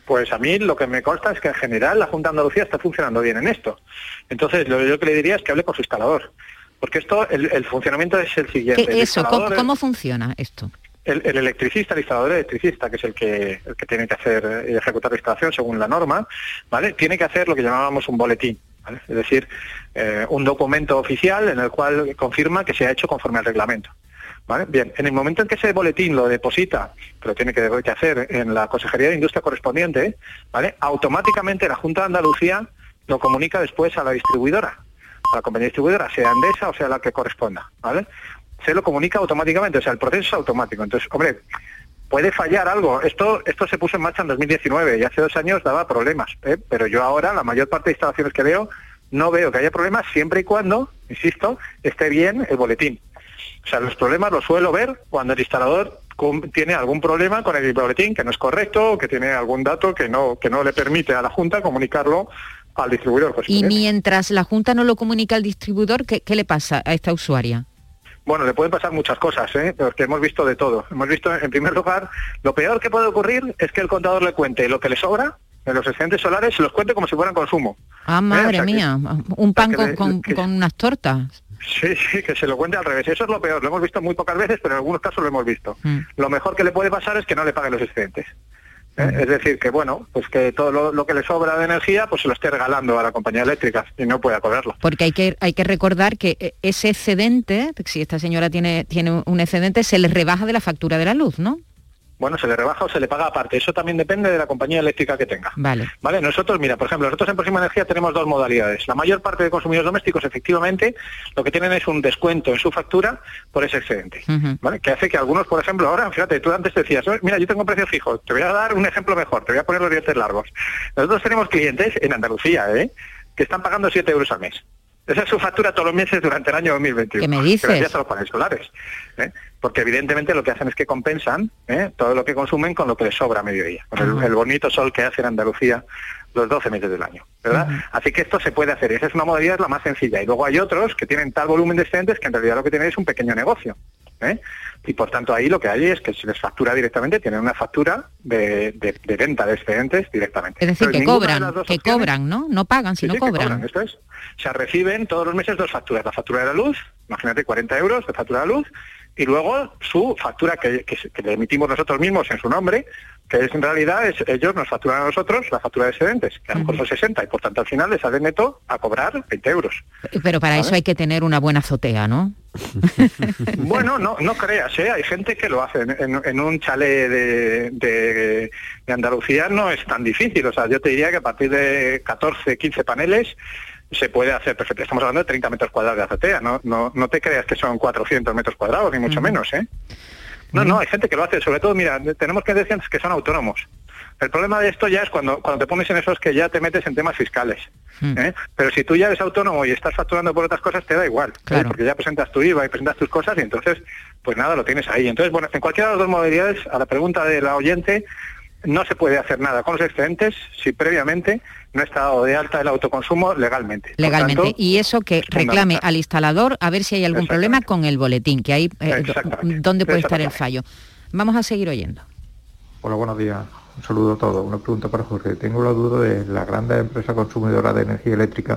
Pues a mí lo que me consta es que en general la Junta de Andalucía está funcionando bien en esto. Entonces, lo yo que le diría es que hable con su instalador. Porque esto, el, el funcionamiento es el siguiente. ¿Qué, eso? ¿Cómo, es, ¿Cómo funciona esto? El, el electricista, el instalador electricista, que es el que, el que tiene que hacer y ejecutar la instalación según la norma, ¿vale? Tiene que hacer lo que llamábamos un boletín, ¿vale? Es decir, eh, un documento oficial en el cual confirma que se ha hecho conforme al reglamento. ¿Vale? Bien, en el momento en que ese boletín lo deposita, que lo tiene que, que hacer en la Consejería de Industria correspondiente, ¿vale? Automáticamente la Junta de Andalucía lo comunica después a la distribuidora, a la compañía distribuidora, sea Endesa o sea la que corresponda, ¿vale? Se lo comunica automáticamente, o sea, el proceso es automático. Entonces, hombre, puede fallar algo. Esto esto se puso en marcha en dos mil diecinueve y hace dos años daba problemas, ¿eh? Pero yo ahora, la mayor parte de instalaciones que veo, no veo que haya problemas siempre y cuando, insisto, esté bien el boletín. O sea, los problemas los suelo ver cuando el instalador tiene algún problema con el boletín que no es correcto o que tiene algún dato que no que no le permite a la Junta comunicarlo al distribuidor. Y mientras la Junta no lo comunica al distribuidor, ¿qué, qué le pasa a esta usuaria? Bueno, le pueden pasar muchas cosas, ¿eh? Porque hemos visto de todo. Hemos visto, en primer lugar, lo peor que puede ocurrir es que el contador le cuente lo que le sobra de los excedentes solares, se los cuente como si fueran consumo. Ah, madre ¿Eh? o sea, mía, que, un pan con, le, con, que, con unas tortas. Sí, sí, que se lo cuente al revés. Eso es lo peor. Lo hemos visto muy pocas veces, pero en algunos casos lo hemos visto. Mm. Lo mejor que le puede pasar es que no le paguen los excedentes. ¿Eh? Mm. Es decir, que bueno, pues que todo lo, lo que le sobra de energía, pues se lo esté regalando a la compañía eléctrica y no pueda cobrarlo. Porque hay que hay que recordar que ese excedente, si esta señora tiene tiene un excedente, se le rebaja de la factura de la luz, ¿no? Bueno, se le rebaja o se le paga aparte. Eso también depende de la compañía eléctrica que tenga. Vale. Vale, nosotros, mira, por ejemplo, nosotros en Próxima Energía tenemos dos modalidades. La mayor parte de consumidores domésticos, efectivamente, lo que tienen es un descuento en su factura por ese excedente. Uh-huh. ¿Vale? Que hace que algunos, por ejemplo, ahora, fíjate, tú antes decías, mira, yo tengo un precio fijo. Te voy a dar un ejemplo mejor, te voy a poner los dientes largos. Nosotros tenemos clientes en Andalucía, ¿eh?, que están pagando siete euros al mes. Esa es su factura todos los meses durante el año dos mil veintiuno. ¿Qué me dices? Gracias a los paneles solares. ¿eh? Porque evidentemente lo que hacen es que compensan ¿eh? todo lo que consumen con lo que les sobra a mediodía. Con el, el bonito sol que hace en Andalucía los doce meses del año, ¿verdad? Uh-huh. Así que esto se puede hacer. Esa es una modalidad, la más sencilla. Y luego hay otros que tienen tal volumen de excedentes que en realidad lo que tienen es un pequeño negocio. ¿eh? Y por tanto ahí lo que hay es que se les factura directamente, tienen una factura de, de, de venta de excedentes directamente. Es decir, Entonces, que cobran, que opciones, cobran, ¿no? No pagan, sino sí, sí, cobran. cobran. Esto es. O sea, reciben todos los meses dos facturas. La factura de la luz, imagínate, cuarenta euros de factura de la luz, y luego su factura que, que, que le emitimos nosotros mismos en su nombre, que es en realidad, es, ellos nos facturan a nosotros la factura de excedentes, que a lo mejor son sesenta, y por tanto al final les sale neto a cobrar veinte euros. Pero para ¿sabes? Eso hay que tener una buena azotea, ¿no? Bueno, no no creas, ¿eh? Hay gente que lo hace en, en un chalet de, de, de Andalucía, no es tan difícil. O sea, yo te diría que a partir de catorce, quince paneles se puede hacer perfecto. Estamos hablando de treinta metros cuadrados de azotea, no no no te creas que son cuatrocientos metros cuadrados, ni mucho uh-huh. menos, ¿eh? No, no, hay gente que lo hace, sobre todo, mira, tenemos que decir que son autónomos. El problema de esto ya es cuando cuando te pones en esos que ya te metes en temas fiscales. Mm. ¿eh? Pero si tú ya eres autónomo y estás facturando por otras cosas, te da igual. Claro. ¿eh? Porque ya presentas tu I V A y presentas tus cosas y entonces, pues nada, lo tienes ahí. Entonces, bueno, en cualquiera de las dos modalidades, a la pregunta de la oyente, no se puede hacer nada con los excedentes si previamente no está dado de alta el autoconsumo legalmente. Legalmente. Tanto, y eso que reclame al instalador a ver si hay algún problema con el boletín, que hay eh, dónde puede estar el fallo. Vamos a seguir oyendo. Hola, buenos días. Un saludo a todos. Una pregunta para Jorge. Tengo la duda de las grandes empresas consumidoras de energía eléctrica,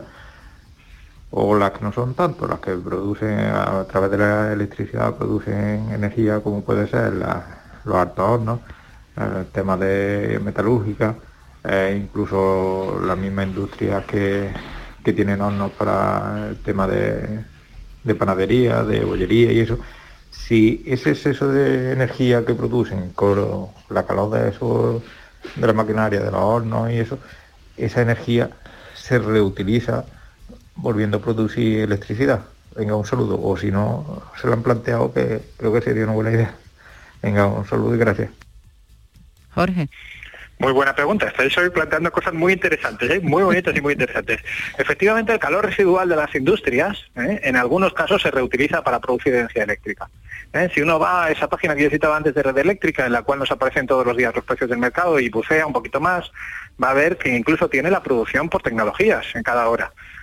o las que no son tanto, las que producen a través de la electricidad, producen energía, como puede ser la, los altos hornos, el tema de metalúrgica, eh, incluso las mismas industrias que, que tienen hornos para el tema de, de panadería, de bollería y eso. Si ese exceso de energía que producen con la calor de eso, de la maquinaria, de los hornos y eso, esa energía se reutiliza volviendo a producir electricidad. Venga, un saludo. O si no se lo han planteado, que creo que sería una buena idea. Venga, un saludo y gracias. Jorge. Muy buena pregunta. Estáis hoy planteando cosas muy interesantes, ¿eh? muy bonitas y muy interesantes. Efectivamente, el calor residual de las industrias, ¿eh? en algunos casos se reutiliza para producir energía eléctrica. ¿eh? Si uno va a esa página que yo citaba antes de Red Eléctrica, en la cual nos aparecen todos los días los precios del mercado y bucea un poquito más, va a ver que incluso tiene la producción por tecnologías en cada hora.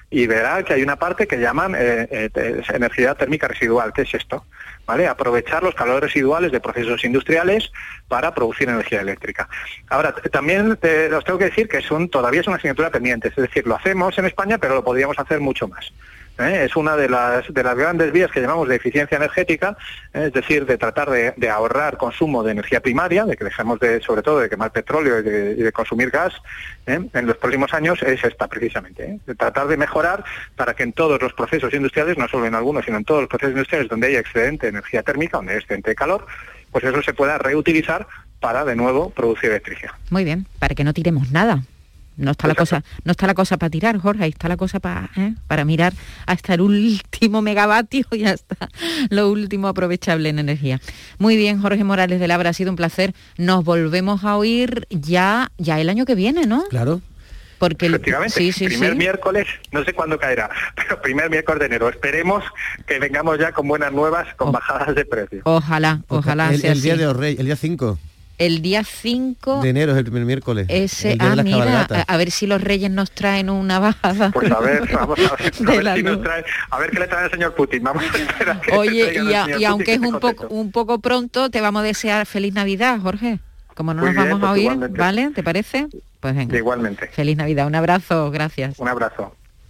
y verá que hay una parte que llaman eh, eh, energía térmica residual. ¿Qué es esto? ¿Vale? Aprovechar los calores residuales de procesos industriales para producir energía eléctrica. Ahora, t- también te, os tengo que decir que es un, todavía es una asignatura pendiente, es decir, lo hacemos en España, pero lo podríamos hacer mucho más. ¿Eh? Es una de las de las grandes vías que llamamos de eficiencia energética, ¿eh? Es decir, de tratar de, de ahorrar consumo de energía primaria, de que dejemos de, sobre todo, de quemar petróleo y de, y de consumir gas, ¿eh? En los próximos años es esta precisamente, ¿eh? De tratar de mejorar para que en todos los procesos industriales, no solo en algunos, sino en todos los procesos industriales donde hay excedente de energía térmica, donde hay excedente de calor, pues eso se pueda reutilizar para de nuevo producir electricidad. Muy bien, para que no tiremos nada. No está la cosa, no está la cosa para tirar, Jorge, ahí está la cosa para, ¿eh? para mirar hasta el último megavatio y hasta lo último aprovechable en energía. Muy bien, Jorge Morales de Labra, ha sido un placer. Nos volvemos a oír ya, ya el año que viene, ¿no? Claro. Porque el, efectivamente, sí, sí, primer sí. miércoles, no sé cuándo caerá, pero primer miércoles de enero. Esperemos que vengamos ya con buenas nuevas, con oh. bajadas de precio. Ojalá, ojalá el, sea el día así. de los Reyes, el día cinco. El día cinco de enero es el primer miércoles. Ese, el día ah, de las mira, cabalgatas. a, a ver si los Reyes nos traen una bajada. Pues a ver, vamos a ver, a ver, si nos trae, a ver qué le trae el señor Putin. Vamos a esperar que Oye, y, a, y aunque es un poco, un poco pronto, te vamos a desear feliz Navidad, Jorge. Como no Muy nos bien, vamos pues a oír, igualmente. ¿vale? ¿Te parece? Pues venga. Igualmente. Feliz Navidad, un abrazo, gracias. Un abrazo.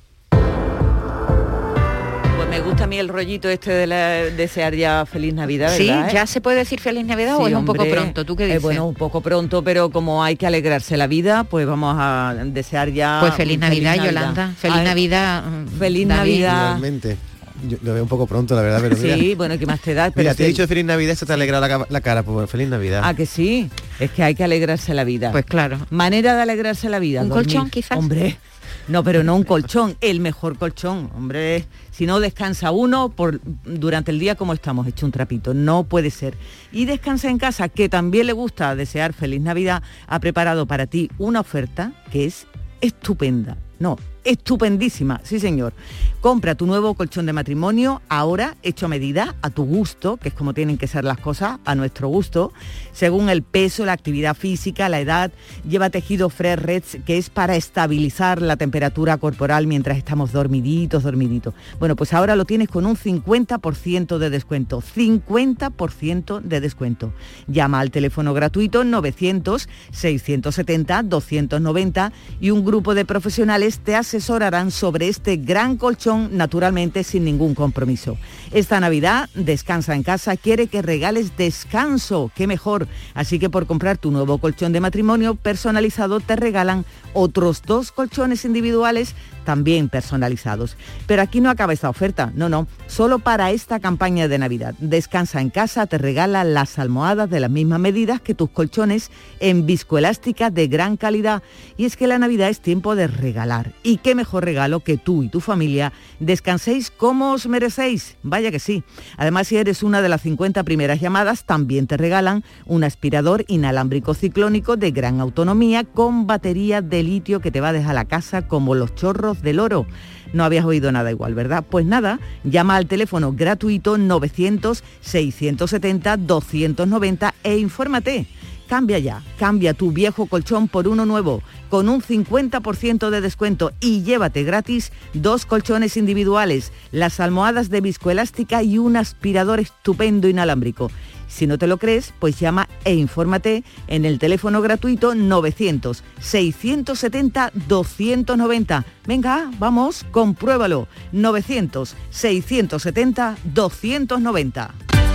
Pues me gusta a mí el rollito este de la, desear ya feliz Navidad, ¿verdad? Sí, ¿eh? ¿ya se puede decir feliz Navidad sí, o es un hombre, poco pronto? ¿Tú qué dices? Eh, bueno, un poco pronto, pero como hay que alegrarse la vida, pues vamos a desear ya... Pues feliz Navidad, feliz Navidad. Yolanda. Feliz Ay, Navidad. Feliz David. Navidad. Igualmente. Yo lo veo un poco pronto, la verdad, pero mira. Sí, bueno, ¿qué más te da? Pero mira, sí. te he dicho feliz Navidad, se te ha alegrado la, la cara, pues feliz Navidad. Ah, que sí, es que hay que alegrarse la vida. Pues claro. Manera de alegrarse la vida. Un dormir. colchón, quizás. Hombre, no, pero no un colchón, el mejor colchón, hombre. Si no descansa uno por durante el día como estamos, hecho un trapito, no puede ser. Y Descansa en Casa, que también le gusta desear feliz Navidad, ha preparado para ti una oferta que es estupenda. No, estupendísima, sí señor. Compra tu nuevo colchón de matrimonio, ahora hecho a medida, a tu gusto, que es como tienen que ser las cosas, a nuestro gusto, según el peso, la actividad física, la edad. Lleva tejido Fresh Reds, que es para estabilizar la temperatura corporal mientras estamos dormiditos, dormiditos. Bueno, pues ahora lo tienes con un cincuenta por ciento de descuento, cincuenta por ciento de descuento. Llama al teléfono gratuito novecientos, seiscientos setenta, doscientos noventa y un grupo de profesionales te asesorarán sobre este gran colchón, naturalmente sin ningún compromiso. Esta Navidad, Descansa en Casa quiere que regales descanso, qué mejor. Así que por comprar tu nuevo colchón de matrimonio personalizado te regalan otros dos colchones individuales también personalizados. Pero aquí no acaba esta oferta, no, no, solo para esta campaña de Navidad. Descansa en Casa te regala las almohadas de las mismas medidas que tus colchones en viscoelástica de gran calidad. Y es que la Navidad es tiempo de regalar. Y qué mejor regalo que tú y tu familia descanséis como os merecéis. Vaya que sí. Además, si eres una de las cincuenta primeras llamadas, también te regalan un aspirador inalámbrico ciclónico de gran autonomía con batería de litio que te va a dejar la casa como los chorros del oro. No habías oído nada igual, ¿verdad? Pues nada, llama al teléfono gratuito novecientos, seiscientos setenta, doscientos noventa e infórmate. Cambia ya, cambia tu viejo colchón por uno nuevo, con un cincuenta por ciento de descuento y llévate gratis dos colchones individuales, las almohadas de viscoelástica y un aspirador estupendo inalámbrico. Si no te lo crees, pues llama e infórmate en el teléfono gratuito novecientos, seiscientos setenta, doscientos noventa. Venga, vamos, compruébalo. novecientos, seiscientos setenta, doscientos noventa.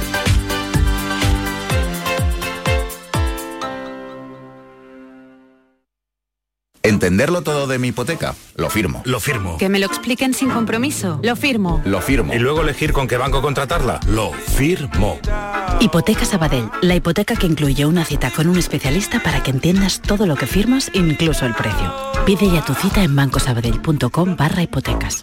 Entenderlo todo de mi hipoteca, lo firmo. Lo firmo. Que me lo expliquen sin compromiso, lo firmo. Lo firmo. Y luego elegir con qué banco contratarla, lo firmo. Hipoteca Sabadell, la hipoteca que incluye una cita con un especialista para que entiendas todo lo que firmas, incluso el precio. Pide ya tu cita en bancosabadell.com barra hipotecas.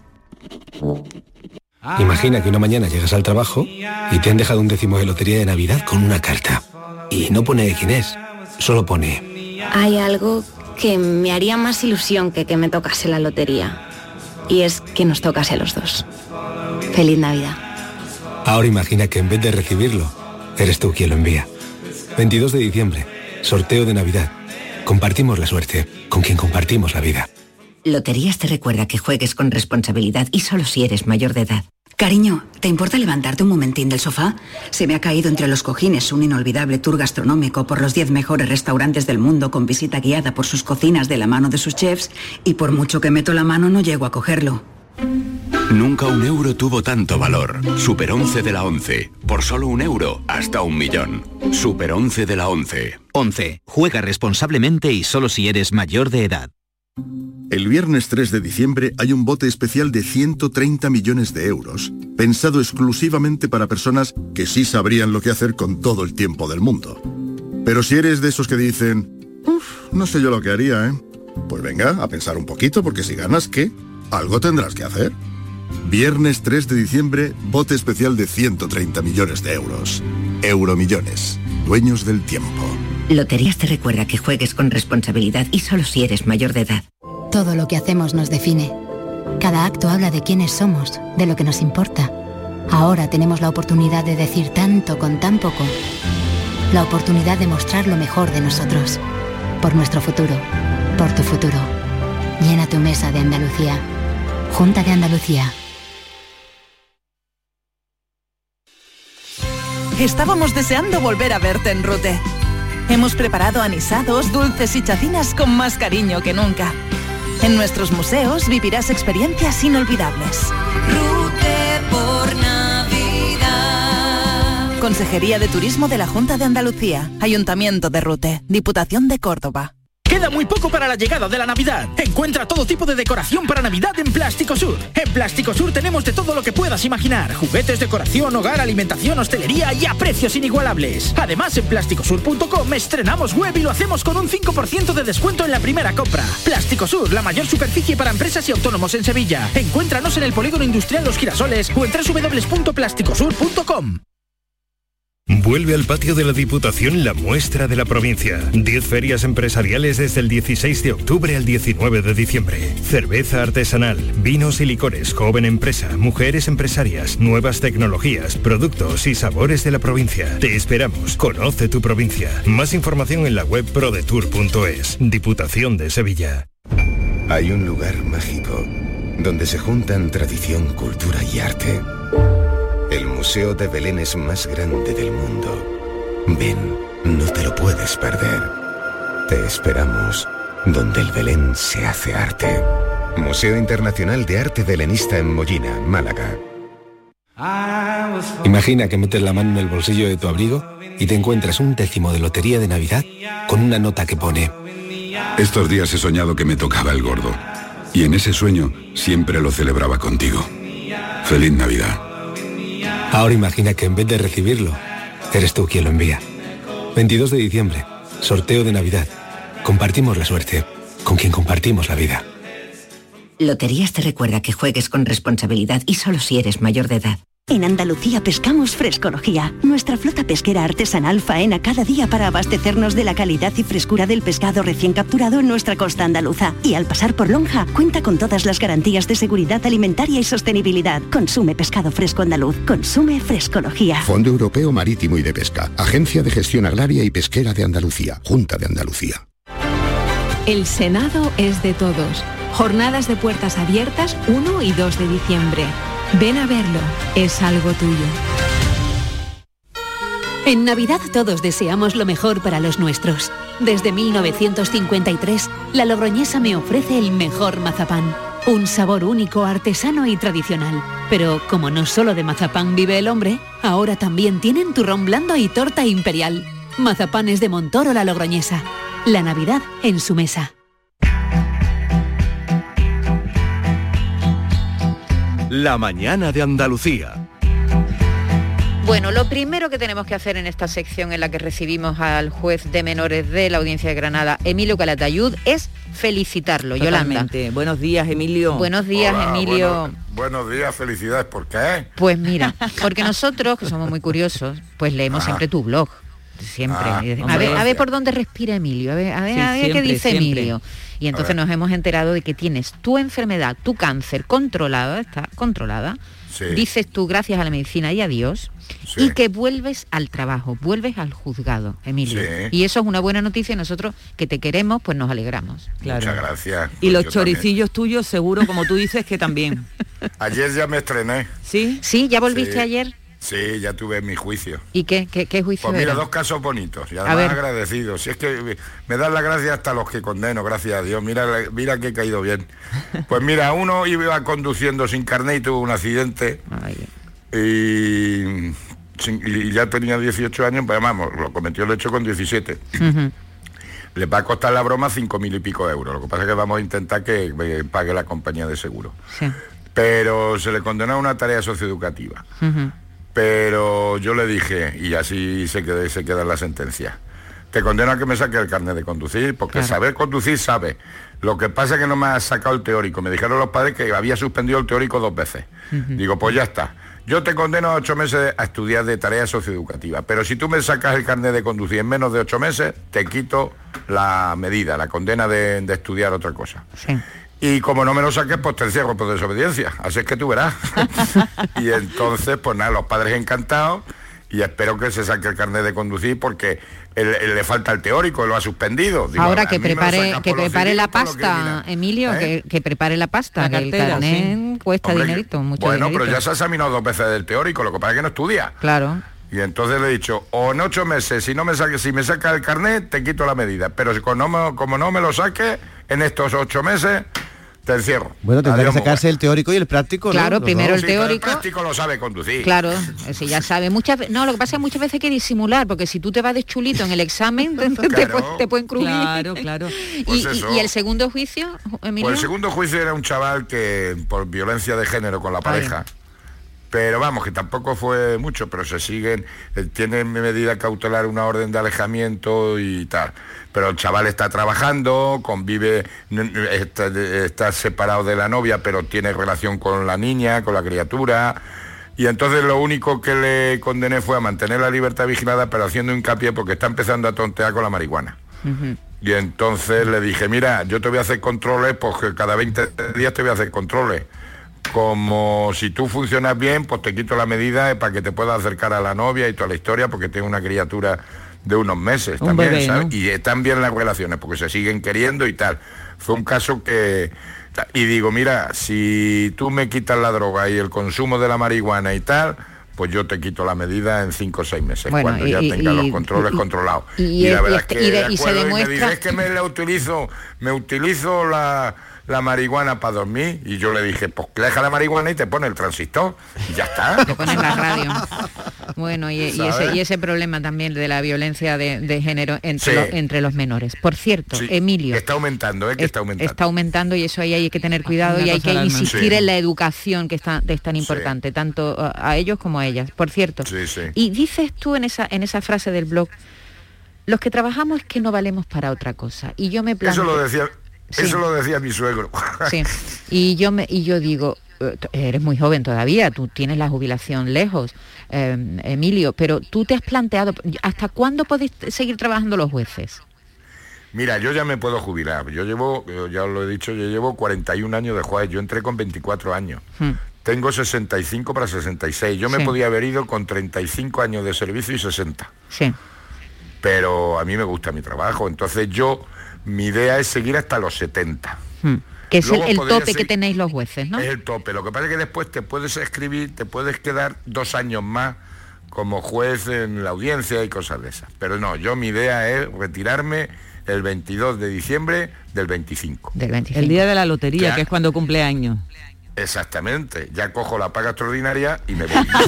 Imagina que una mañana llegas al trabajo y te han dejado un décimo de lotería de Navidad con una carta. Y no pone quién es, solo pone... Hay algo que me haría más ilusión que que me tocase la lotería. Y es que nos tocase a los dos. Feliz Navidad. Ahora imagina que en vez de recibirlo, eres tú quien lo envía. veintidós de diciembre, sorteo de Navidad. Compartimos la suerte con quien compartimos la vida. Loterías te recuerda que juegues con responsabilidad y solo si eres mayor de edad. Cariño, ¿te importa levantarte un momentín del sofá? Se me ha caído entre los cojines un inolvidable tour gastronómico por los diez mejores restaurantes del mundo con visita guiada por sus cocinas de la mano de sus chefs y por mucho que meto la mano no llego a cogerlo. Nunca un euro tuvo tanto valor. Super once de la once. Por solo un euro, hasta un millón. Super once de la once. once. Juega responsablemente y solo si eres mayor de edad. El viernes tres de diciembre hay un bote especial de ciento treinta millones de euros, pensado exclusivamente para personas que sí sabrían lo que hacer con todo el tiempo del mundo. Pero si eres de esos que dicen, uff, no sé yo lo que haría, ¿eh? Pues venga, a pensar un poquito, porque si ganas, ¿qué? Algo tendrás que hacer. Viernes tres de diciembre, bote especial de ciento treinta millones de euros. Euromillones, dueños del tiempo. Loterías te recuerda que juegues con responsabilidad y solo si eres mayor de edad. Todo lo que hacemos nos define. Cada acto habla de quiénes somos, de lo que nos importa. Ahora tenemos la oportunidad de decir tanto con tan poco. La oportunidad de mostrar lo mejor de nosotros. Por nuestro futuro. Por tu futuro. Llena tu mesa de Andalucía. Junta de Andalucía. Estábamos deseando volver a verte en Rute. Hemos preparado anisados, dulces y chacinas con más cariño que nunca. En nuestros museos vivirás experiencias inolvidables. Rute por Navidad. Consejería de Turismo de la Junta de Andalucía. Ayuntamiento de Rute. Diputación de Córdoba. Queda muy poco para la llegada de la Navidad. Encuentra todo tipo de decoración para Navidad en Plástico Sur. En Plástico Sur tenemos de todo lo que puedas imaginar. Juguetes, decoración, hogar, alimentación, hostelería y a precios inigualables. Además, en plástico sur punto com estrenamos web y lo hacemos con un cinco por ciento de descuento en la primera compra. Plástico Sur, la mayor superficie para empresas y autónomos en Sevilla. Encuéntranos en el Polígono Industrial Los Girasoles o en doble u doble u doble u punto plástico sur punto com. Vuelve al patio de la Diputación la muestra de la provincia. diez ferias empresariales desde el dieciséis de octubre al diecinueve de diciembre. Cerveza artesanal, vinos y licores, joven empresa, mujeres empresarias, nuevas tecnologías, productos y sabores de la provincia. Te esperamos. Conoce tu provincia. Más información en la web prodetour punto es. Diputación de Sevilla. Hay un lugar mágico donde se juntan tradición, cultura y arte. El Museo de Belén es más grande del mundo. Ven, no te lo puedes perder. Te esperamos donde el Belén se hace arte. Museo Internacional de Arte Belenista en Mollina, Málaga. Imagina que metes la mano en el bolsillo de tu abrigo y te encuentras un décimo de lotería de Navidad con una nota que pone: estos días he soñado que me tocaba el gordo. Y en ese sueño siempre lo celebraba contigo. Feliz Navidad. Ahora imagina que en vez de recibirlo, eres tú quien lo envía. veintidós de diciembre, sorteo de Navidad. Compartimos la suerte con quien compartimos la vida. Loterías te recuerda que juegues con responsabilidad y solo si eres mayor de edad. En Andalucía pescamos Frescología. Nuestra flota pesquera artesanal faena cada día para abastecernos de la calidad y frescura del pescado recién capturado en nuestra costa andaluza. Y al pasar por Lonja, cuenta con todas las garantías de seguridad alimentaria y sostenibilidad. Consume pescado fresco andaluz. Consume Frescología. Fondo Europeo Marítimo y de Pesca. Agencia de Gestión Agraria y Pesquera de Andalucía. Junta de Andalucía. El Senado es de todos. Jornadas de puertas abiertas uno y dos de diciembre. Ven a verlo, es algo tuyo. En Navidad todos deseamos lo mejor para los nuestros. Desde mil novecientos cincuenta y tres, la Logroñesa me ofrece el mejor mazapán. Un sabor único, artesano y tradicional. Pero como no solo de mazapán vive el hombre, ahora también tienen turrón blando y torta imperial. Mazapanes de Montoro la Logroñesa. La Navidad en su mesa. La mañana de Andalucía. Bueno, lo primero que tenemos que hacer en esta sección en la que recibimos al juez de menores de la Audiencia de Granada, Emilio Calatayud, es felicitarlo. Totalmente. Yolanda. Buenos días, Emilio. Buenos días, Hola, Emilio. Bueno, buenos días, felicidades. ¿Por qué? Pues mira, porque nosotros, que somos muy curiosos, pues leemos Ajá. siempre tu blog. siempre. Ah, Y decimos, hombre, a ver, a ver gracias. por dónde respira Emilio, a ver, a ver, Sí, a ver siempre, qué dice siempre. Emilio. Y entonces A ver. nos hemos enterado de que tienes tu enfermedad, tu cáncer controlada, está controlada. Sí. Dices tú gracias a la medicina y a Dios, Sí. y que vuelves al trabajo, vuelves al juzgado, Emilio. Sí. Y eso es una buena noticia y nosotros que te queremos, pues nos alegramos. Claro. Muchas gracias. Y Pues los yo choricillos tuyos, seguro, como tú dices, que también. también. Ayer ya me estrené. ¿Sí? Sí, ¿ya volviste Sí. ayer? Sí, ya tuve mi juicio. ¿Y qué, qué, qué juicio Pues mira, era? dos casos bonitos y A además ver. agradecidos. Si es que me dan la gracia hasta los que condeno, gracias a Dios. Mira, mira que he caído bien. Pues mira, uno iba conduciendo sin carnet y tuvo un accidente. Ay. Y, sin- y ya tenía dieciocho años, pues vamos, lo cometió el hecho con diecisiete. Ujú. Le va a costar la broma cinco mil y pico euros. Lo que pasa es que vamos a intentar que eh, pague la compañía de seguro. Sí. Pero se le condenó a una tarea socioeducativa. Ujú. Pero yo le dije, y así se queda, se queda en la sentencia, te condeno a que me saque el carnet de conducir, porque Claro. saber conducir sabe. Lo que pasa es que no me ha sacado el teórico. Me dijeron los padres que había suspendido el teórico dos veces. Ujú. Digo, pues ya está. Yo te condeno a ocho meses a estudiar de tarea socioeducativa, pero si tú me sacas el carnet de conducir en menos de ocho meses, te quito la medida, la condena de, de estudiar otra cosa. Sí. Y como no me lo saques, pues te encierro por desobediencia. Así es que tú verás. Y entonces, pues nada, los padres encantados y espero que se saque el carnet de conducir porque él, él le falta el teórico, lo ha suspendido. Digo, Ahora a que mí me lo prepare sacas que por lo prepare civil la o por lo pasta, criminal. Emilio, ¿Eh? que, que prepare la pasta, La que el cartera, carnet sí. cuesta Hombre, dinerito, mucho bueno, dinerito. pero ya se ha examinado dos veces del teórico, lo que pasa es que no estudia. Claro. Y entonces le he dicho, o en ocho meses, si no me saque, si me saca el carnet, te quito la medida. Pero si como no me, como no me lo saque, en estos ocho meses, te encierro. Bueno, tendrá Adiós, que sacarse el teórico y el práctico, ¿no? Claro, Los primero dos. el Sí, pero teórico. el práctico lo sabe conducir. Claro, si ya sabe. Muchas ve- no, lo que pasa es que muchas veces hay que disimular, porque si tú te vas de chulito en el examen, te, te Claro. pu- te pueden crujir. Claro, claro. Y, Pues y- eso. y el segundo juicio, Emilio. Pues el segundo juicio era un chaval que por violencia de género con la pareja, pero vamos, que tampoco fue mucho, pero se siguen, eh, tienen medida cautelar, una orden de alejamiento y tal. Pero el chaval está trabajando, convive, n- n- está, está separado de la novia, pero tiene relación con la niña, con la criatura. Y entonces lo único que le condené fue a mantener la libertad vigilada, pero haciendo hincapié porque está empezando a tontear con la marihuana. Ujú. Y entonces le dije, mira, yo te voy a hacer controles, pues que cada veinte días te voy a hacer controles. Como si tú funcionas bien, pues te quito la medida para que te puedas acercar a la novia y toda la historia, porque tiene una criatura de unos meses Un también, bebé, ¿sabes? ¿no? Y están bien las relaciones, porque se siguen queriendo y tal. Fue un caso que... Y digo, mira, si tú me quitas la droga y el consumo de la marihuana y tal, pues yo te quito la medida en cinco o seis meses, Bueno, cuando y- ya y- tenga y- los controles y- controlados. y- Y, la y verdad este- es que y de- de y se acuerdo, y me demuestra- dice, es que me la utilizo, me utilizo la, la marihuana para dormir. Y yo le dije, pues deja la marihuana y te pone el transistor. Y ya está. Te pones la radio. Bueno, y, y ese, ¿Sabes? y ese problema también de la violencia de, de género entre, Sí. los, entre los menores. Por cierto, Sí, Emilio, Está aumentando, ¿eh? Que está aumentando. está aumentando y eso ahí hay que tener cuidado Una y hay cosa que al alma. insistir Sí. en la educación que está, es tan importante, tanto a, a ellos como a ellas. Por cierto, Sí, sí. y dices tú en esa, en esa frase del blog, los que trabajamos es que no valemos para otra cosa. Y yo me planteo... Eso lo decía, Sí. eso lo decía mi suegro. Sí. Y yo me y yo digo, eh, t- eres muy joven todavía, tú tienes la jubilación lejos, eh, Emilio, pero tú te has planteado, ¿hasta cuándo podéis seguir trabajando los jueces? Mira, yo ya me puedo jubilar. Yo llevo, yo ya os lo he dicho, yo llevo cuarenta y un años de juez. Yo entré con veinticuatro años. Hmm. Tengo sesenta y cinco para sesenta y seis. Yo me Sí. podía haber ido con treinta y cinco años de servicio y sesenta. Sí. Pero a mí me gusta mi trabajo. Entonces yo, mi idea es seguir hasta los setenta. Hmm. Que es el, Luego el podría tope que seguir- tenéis los jueces, ¿no? Es el tope. Lo que pasa es que después te puedes escribir, te puedes quedar dos años más como juez en la audiencia y cosas de esas. Pero no, yo mi idea es retirarme el veintidós de diciembre del veinticinco. Del veinticinco. El día de la lotería, Ya. que es cuando cumple años. Exactamente. Ya cojo la paga extraordinaria y me voy.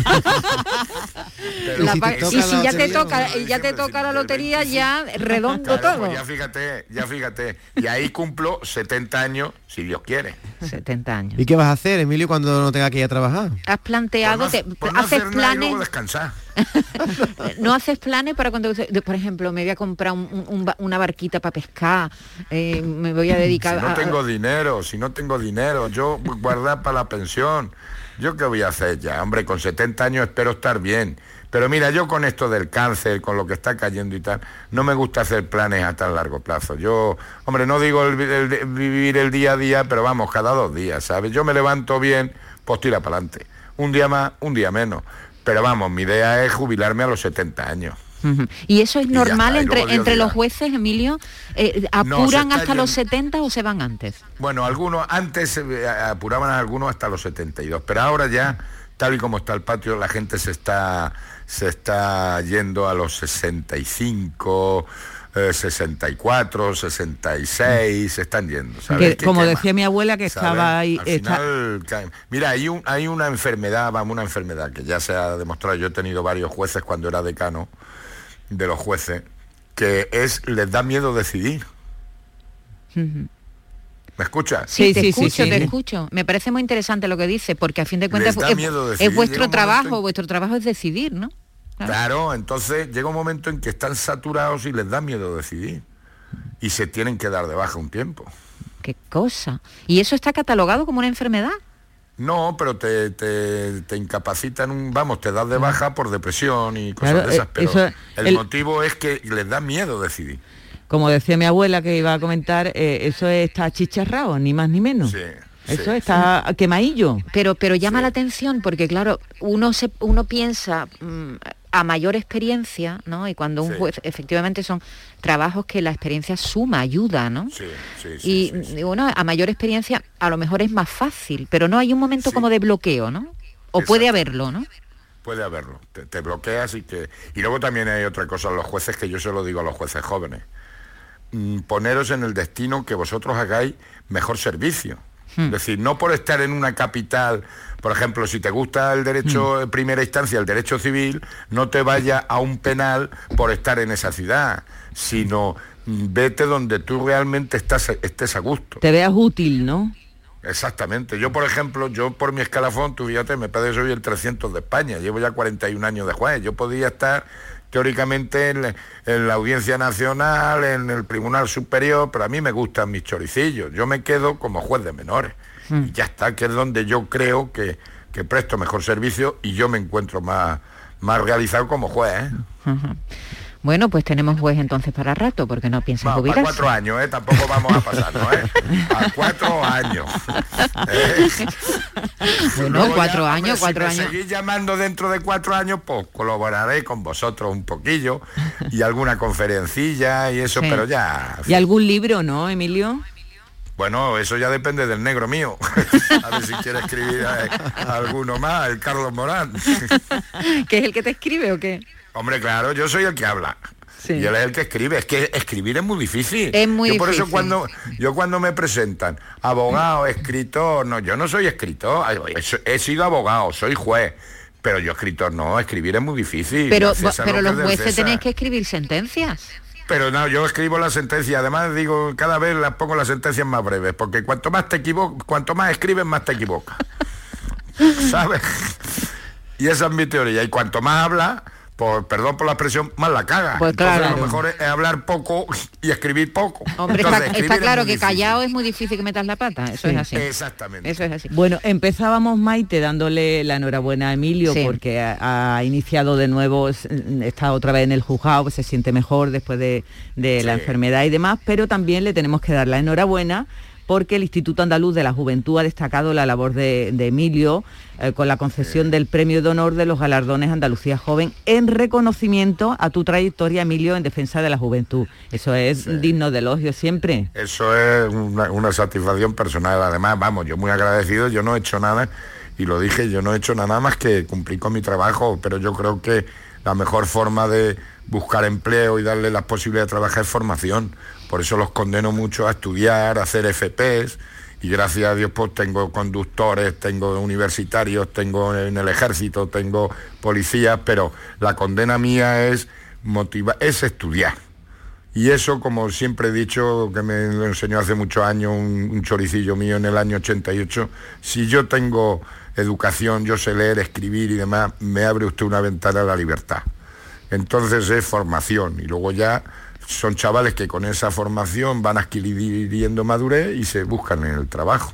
Pero La sí, pa- eso y es si la ya te lotería, toca, no, y ya te diciembre, toca la del lotería, veinticinco. ya redondo Claro, todo. pues ya fíjate, ya fíjate. Y ahí cumplo setenta años, si Dios quiere. setenta años. ¿Y qué vas a hacer, Emilio, cuando no tenga que ir a trabajar? ¿Has planteado, Por no, te- por no haces hacer nada y luego planes? descansar. ¿No haces planes para cuando, de- por ejemplo, me voy a comprar un- un- un ba- una barquita para pescar, eh, me voy a dedicar Si no a... tengo dinero, si no tengo dinero, yo guardar para la pensión. ¿Yo qué voy a hacer ya? Hombre, con setenta años espero estar bien. Pero mira, yo con esto del cáncer, con lo que está cayendo y tal, no me gusta hacer planes a tan largo plazo. Yo, hombre, no digo el, el, el, vivir el día a día, pero vamos, cada dos días, ¿sabes? Yo me levanto bien, pues tira para adelante. Un día más, un día menos. Pero vamos, mi idea es jubilarme a los setenta años. Uh-huh. ¿Y eso es normal está, entre, entre los jueces, Emilio? Eh, ¿Apuran no, hasta yendo... los setenta o se van antes? Bueno, algunos, antes eh, apuraban a algunos hasta los setenta y dos, pero ahora ya, tal y como está el patio, la gente se está, se está yendo a los sesenta y cinco, eh, sesenta y cuatro, sesenta y seis, se están yendo, ¿sabes? Que, como quema, decía mi abuela que ¿sabes? Estaba ahí... Al está... final, mira, hay, un, hay una enfermedad, vamos, una enfermedad que ya se ha demostrado, yo he tenido varios jueces cuando era decano de los jueces, que es, les da miedo decidir. Uh-huh. ¿Me escuchas? Sí, sí te sí, escucho, sí, sí. te escucho. Me parece muy interesante lo que dice, porque a fin de cuentas es, es vuestro trabajo, en... vuestro trabajo es decidir, ¿no? Claro. Claro, entonces llega un momento en que están saturados y les da miedo decidir. Y se tienen que dar de baja un tiempo. Qué cosa. ¿Y eso está catalogado como una enfermedad? No, pero te, te, te incapacitan, un, vamos, te das de baja por depresión y cosas claro, de esas, pero eso, el, el motivo es que les da miedo decidir. Como decía mi abuela que iba a comentar, eh, eso está chicharrado, ni más ni menos. Sí. Eso sí, está sí. quemadillo. Pero, pero llama sí. la atención porque, claro, uno se, uno piensa mmm, a mayor experiencia, ¿no? Y cuando un sí. juez, efectivamente son trabajos que la experiencia suma, ayuda, ¿no? Sí, sí, y, sí, sí, sí. y bueno, a mayor experiencia a lo mejor es más fácil, pero no hay un momento sí. como de bloqueo, ¿no? O Exacto. puede haberlo, ¿no? Puede haberlo. Te, te bloqueas y que... Y luego también hay otra cosa, los jueces, que yo se lo digo a los jueces jóvenes. Mm, poneros en el destino que vosotros hagáis mejor servicio. Es decir, no por estar en una capital, por ejemplo, si te gusta el derecho en primera instancia, el derecho civil, no te vayas a un penal por estar en esa ciudad, sino vete donde tú realmente estás, estés a gusto. Te veas útil, ¿no? Exactamente. Yo, por ejemplo, yo por mi escalafón, tú fíjate, me parece soy el trescientos de España, llevo ya cuarenta y un años de juez, yo podía estar teóricamente en, en la Audiencia Nacional, en el Tribunal Superior, pero a mí me gustan mis choricillos, yo me quedo como juez de menores, mm. y ya está, que es donde yo creo que, que presto mejor servicio y yo me encuentro más, más realizado como juez, ¿eh? Uh-huh. Bueno, pues tenemos juez entonces para rato, porque no piensas bueno, jubilarse. Para cuatro años, ¿eh? Tampoco vamos a pasarnos, ¿eh? A cuatro años. ¿Eh? Bueno, Luego cuatro ya, años, hombre, cuatro si años. me seguís llamando dentro de cuatro años, pues colaboraré con vosotros un poquillo y alguna conferencilla y eso, sí. Pero ya... ¿Y algún libro, no, Emilio? Bueno, eso ya depende del negro mío. A ver si quiere escribir a, a alguno más, el Carlos Morán. ¿Que es el que te escribe o qué? Hombre, claro, yo soy el que habla. Sí. Y él es el que escribe. Es que escribir es muy difícil. Es muy yo por difícil. eso cuando yo cuando me presentan abogado, escritor, no, yo no soy escritor. He, he sido abogado, soy juez. Pero yo escritor no, escribir es muy difícil. Pero, pero los jueces tenéis que escribir sentencias. Pero no, yo escribo la sentencia, además digo, cada vez las pongo las sentencias más breves, porque cuanto más te equivocas, cuanto más escribes, más te equivocas. ¿Sabes? Y esa es mi teoría. Y cuanto más hablas, por, perdón por la expresión, más la caga. Pues Entonces claro. Lo mejor es hablar poco y escribir poco. Hombre, Entonces, está, está claro que callado es muy difícil que metas la pata. Eso sí. es así. Exactamente. Eso es así. Bueno, empezábamos, Maite, dándole la enhorabuena a Emilio, sí. porque ha, ha iniciado de nuevo, está otra vez en el juzgado, que se siente mejor después de, de sí. la enfermedad y demás, pero también le tenemos que dar la enhorabuena porque el Instituto Andaluz de la Juventud ha destacado la labor de, de Emilio eh, con la concesión sí. del Premio de Honor de los Galardones Andalucía Joven en reconocimiento a tu trayectoria, Emilio, en defensa de la juventud. Eso es sí. digno de elogio siempre. Eso es una, una satisfacción personal. Además, vamos, yo muy agradecido, yo no he hecho nada, y lo dije, yo no he hecho nada más que cumplir con mi trabajo, pero yo creo que la mejor forma de buscar empleo y darle las posibilidades de trabajar es formación. Por eso los condeno mucho a estudiar, a hacer F Pes, y gracias a Dios pues tengo conductores, tengo universitarios, tengo en el ejército, tengo policías, pero la condena mía es motivar, es estudiar. Y eso, como siempre he dicho, que me lo enseñó hace muchos años un, un choricillo mío en el año ochenta y ocho, si yo tengo educación, yo sé leer, escribir y demás, me abre usted una ventana a la libertad. Entonces es formación, y luego ya son chavales que con esa formación van adquiriendo madurez y se buscan en el trabajo.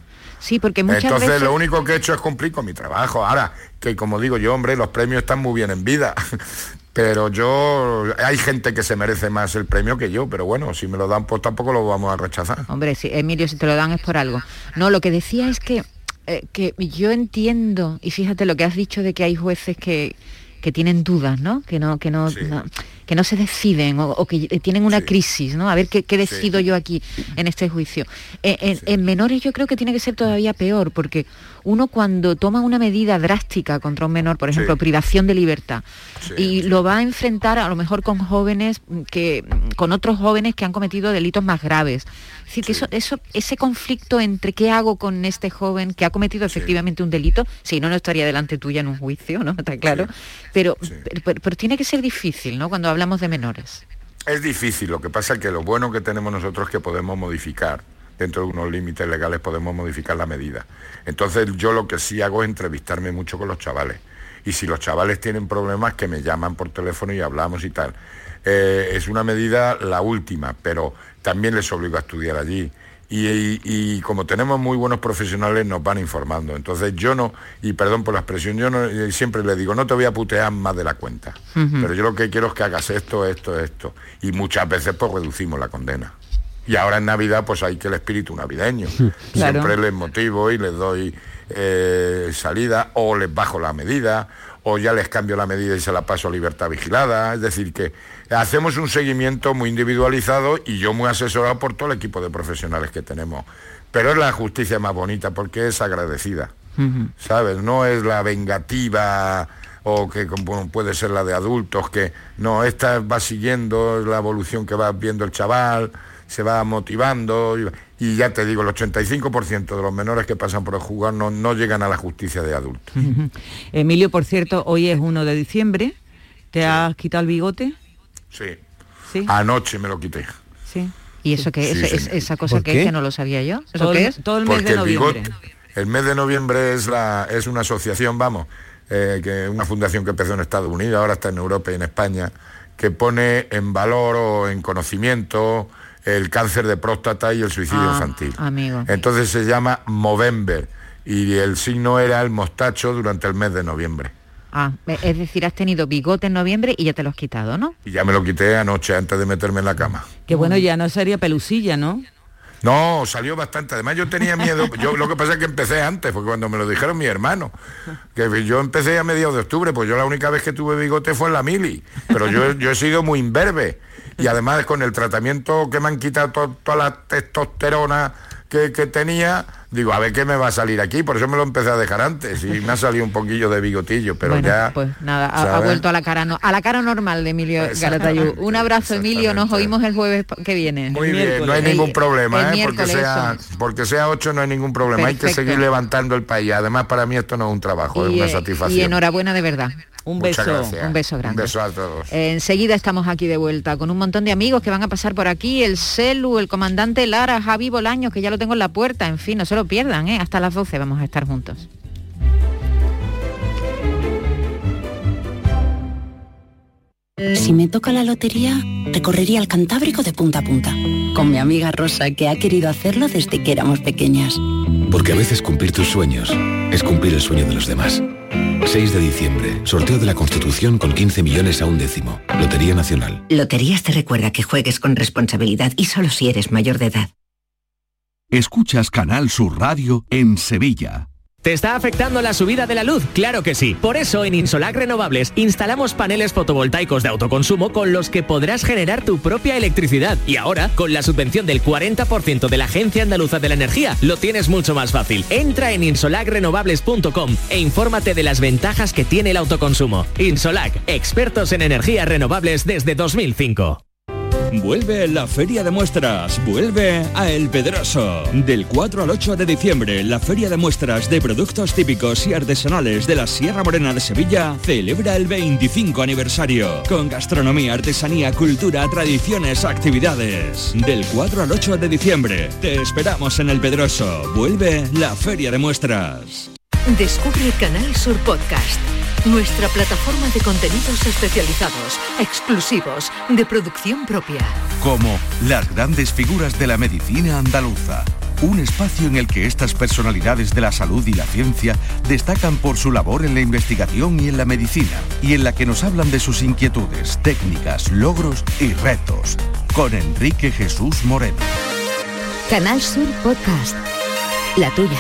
Sí, porque muchas Entonces veces... lo único que he hecho es cumplir con mi trabajo. Ahora, que como digo yo, hombre, los premios están muy bien en vida. Pero yo, hay gente que se merece más el premio que yo, pero bueno, si me lo dan, pues tampoco lo vamos a rechazar. Hombre, si, Emilio, si te lo dan es por algo. No, lo que decía es que, eh, que yo entiendo, y fíjate lo que has dicho de que hay jueces que, que tienen dudas, ¿no? Que no, que no, sí. no que no se deciden o, o que tienen una sí. crisis, ¿no? A ver qué, qué decido sí. yo aquí en este juicio. Eh, en, sí. en menores yo creo que tiene que ser todavía peor, porque uno cuando toma una medida drástica contra un menor, por ejemplo, sí. privación de libertad, sí. y lo va a enfrentar a lo mejor con jóvenes, que con otros jóvenes que han cometido delitos más graves. Es decir, que sí. eso, eso, ese conflicto entre qué hago con este joven que ha cometido efectivamente sí. un delito, si no, no estaría delante tuya en un juicio, ¿no? Está claro. Sí. Pero, sí. pero, pero, pero tiene que ser difícil, ¿no? Cuando hablamos de menores. Es difícil, lo que pasa es que lo bueno que tenemos nosotros es que podemos modificar, dentro de unos límites legales podemos modificar la medida. Entonces yo lo que sí hago es entrevistarme mucho con los chavales. Y si los chavales tienen problemas, que me llaman por teléfono y hablamos y tal. Eh, es una medida la última, pero también les obligo a estudiar allí. Y, y, y como tenemos muy buenos profesionales, nos van informando. Entonces yo no, y perdón por la expresión, yo no, siempre les digo, no te voy a putear más de la cuenta. Uh-huh. Pero yo lo que quiero es que hagas esto, esto, esto. Y muchas veces pues reducimos la condena. Y ahora en Navidad pues hay que el espíritu navideño. Claro. Siempre les motivo y les doy eh, salida, o les bajo la medida, o ya les cambio la medida y se la paso a libertad vigilada. Es decir, que hacemos un seguimiento muy individualizado y yo muy asesorado por todo el equipo de profesionales que tenemos. Pero es la justicia más bonita porque es agradecida, uh-huh. ¿sabes? No es la vengativa o que como puede ser la de adultos, que no, esta va siguiendo la evolución que va viendo el chaval, se va motivando y, y ya te digo, el ochenta y cinco por ciento de los menores que pasan por el juzgado no, no llegan a la justicia de adultos. Uh-huh. Emilio, por cierto, hoy es uno de diciembre, ¿te sí. has quitado el bigote? Sí. ¿Sí? Anoche me lo quité. Sí. ¿Y eso qué es? Sí, es esa cosa que es que no lo sabía yo? ¿Eso todo, qué es? Todo el mes Porque de noviembre. El, bigote, el mes de noviembre es la es una asociación, vamos, eh, que una fundación que empezó en Estados Unidos, ahora está en Europa y en España, que pone en valor o en conocimiento el cáncer de próstata y el suicidio ah, infantil. Amigo. Entonces se llama Movember y el signo era el mostacho durante el mes de noviembre. Ah, es decir, has tenido bigote en noviembre y ya te lo has quitado, ¿no? Y ya me lo quité anoche antes de meterme en la cama. Que bueno, ya no sería pelusilla, ¿no? No, salió bastante. Además yo tenía miedo. Yo lo que pasa es que empecé antes, porque cuando me lo dijeron mis hermanos, que yo empecé a mediados de octubre, pues yo la única vez que tuve bigote fue en la mili. Pero yo, yo he sido muy imberbe. Y además con el tratamiento que me han quitado to, toda la testosterona que, que tenía, digo, a ver qué me va a salir aquí. Por eso me lo empecé a dejar antes y me ha salido un poquillo de bigotillo, pero bueno, ya... pues nada, ha, ha vuelto a la cara no, a la cara normal de Emilio Garatayud. Un abrazo, Emilio, nos oímos el jueves que viene. Muy bien, no hay ningún problema, el, el ¿eh? porque, sea, porque sea ocho no hay ningún problema. Perfecto. Hay que seguir levantando el país. Además, para mí esto no es un trabajo, y, es una satisfacción. Y enhorabuena de verdad. Un beso, gracias. un beso grande. Un beso a todos. Eh, enseguida estamos aquí de vuelta con un montón de amigos que van a pasar por aquí, el Celu, el comandante Lara, Javi Bolaños, que ya lo tengo en la puerta, en fin, no se lo pierdan, ¿eh? Hasta las doce vamos a estar juntos. Si me toca la lotería, recorrería el Cantábrico de punta a punta, con mi amiga Rosa, que ha querido hacerlo desde que éramos pequeñas. Porque a veces cumplir tus sueños es cumplir el sueño de los demás. seis de diciembre, sorteo de la Constitución con quince millones a un décimo. Lotería Nacional. Loterías te recuerda que juegues con responsabilidad y solo si eres mayor de edad. Escuchas Canal Sur Radio en Sevilla. ¿Te está afectando la subida de la luz? Claro que sí. Por eso en Insolac Renovables instalamos paneles fotovoltaicos de autoconsumo con los que podrás generar tu propia electricidad. Y ahora, con la subvención del cuarenta por ciento de la Agencia Andaluza de la Energía, lo tienes mucho más fácil. Entra en insolac renovables punto com e infórmate de las ventajas que tiene el autoconsumo. Insolac, expertos en energías renovables desde dos mil cinco. Vuelve la Feria de Muestras, vuelve a El Pedroso. Del cuatro al ocho de diciembre, la Feria de Muestras de Productos Típicos y Artesanales de la Sierra Morena de Sevilla celebra el veinticinco aniversario, con gastronomía, artesanía, cultura, tradiciones, actividades. Del cuatro al ocho de diciembre, te esperamos en El Pedroso. Vuelve la Feria de Muestras. Descubre Canal Sur Podcast, nuestra plataforma de contenidos especializados, exclusivos, de producción propia. Como las grandes figuras de la medicina andaluza. un espacio en el que estas personalidades de la salud y la ciencia destacan por su labor en la investigación y en la medicina, y en la que nos hablan de sus inquietudes, técnicas, logros y retos. Con Enrique Jesús Moreno. Canal Sur Podcast. La tuya.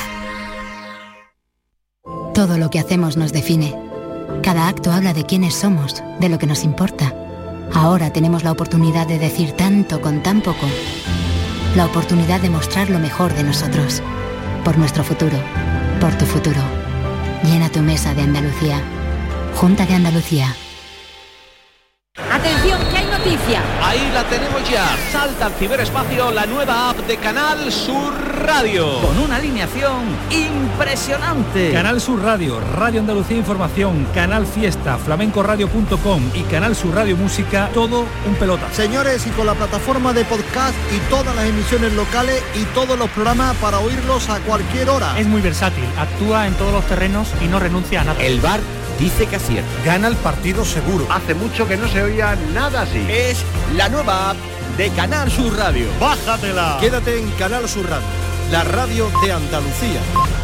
Todo lo que hacemos nos define. Cada acto habla de quiénes somos, de lo que nos importa. Ahora tenemos la oportunidad de decir tanto con tan poco. La oportunidad de mostrar lo mejor de nosotros. Por nuestro futuro. Por tu futuro. Llena tu mesa de Andalucía. Junta de Andalucía. ¡Atención, que hay noticia! Ahí la tenemos ya. Salta al ciberespacio la nueva app de Canal Sur Radio. Con una alineación impresionante. Canal Sur Radio, Radio Andalucía Información, Canal Fiesta, flamencoradio punto com y Canal Sur Radio Música, todo un pelota. Señores, y con la plataforma de podcast y todas las emisiones locales y todos los programas para oírlos a cualquier hora. Es muy versátil, actúa en todos los terrenos y no renuncia a nada. El bar dice que acierta. Gana el partido seguro. Hace mucho que no se oía nada así. Es la nueva app de Canal Sur Radio. ¡Bájatela! Quédate en Canal Sur Radio, la radio de Andalucía.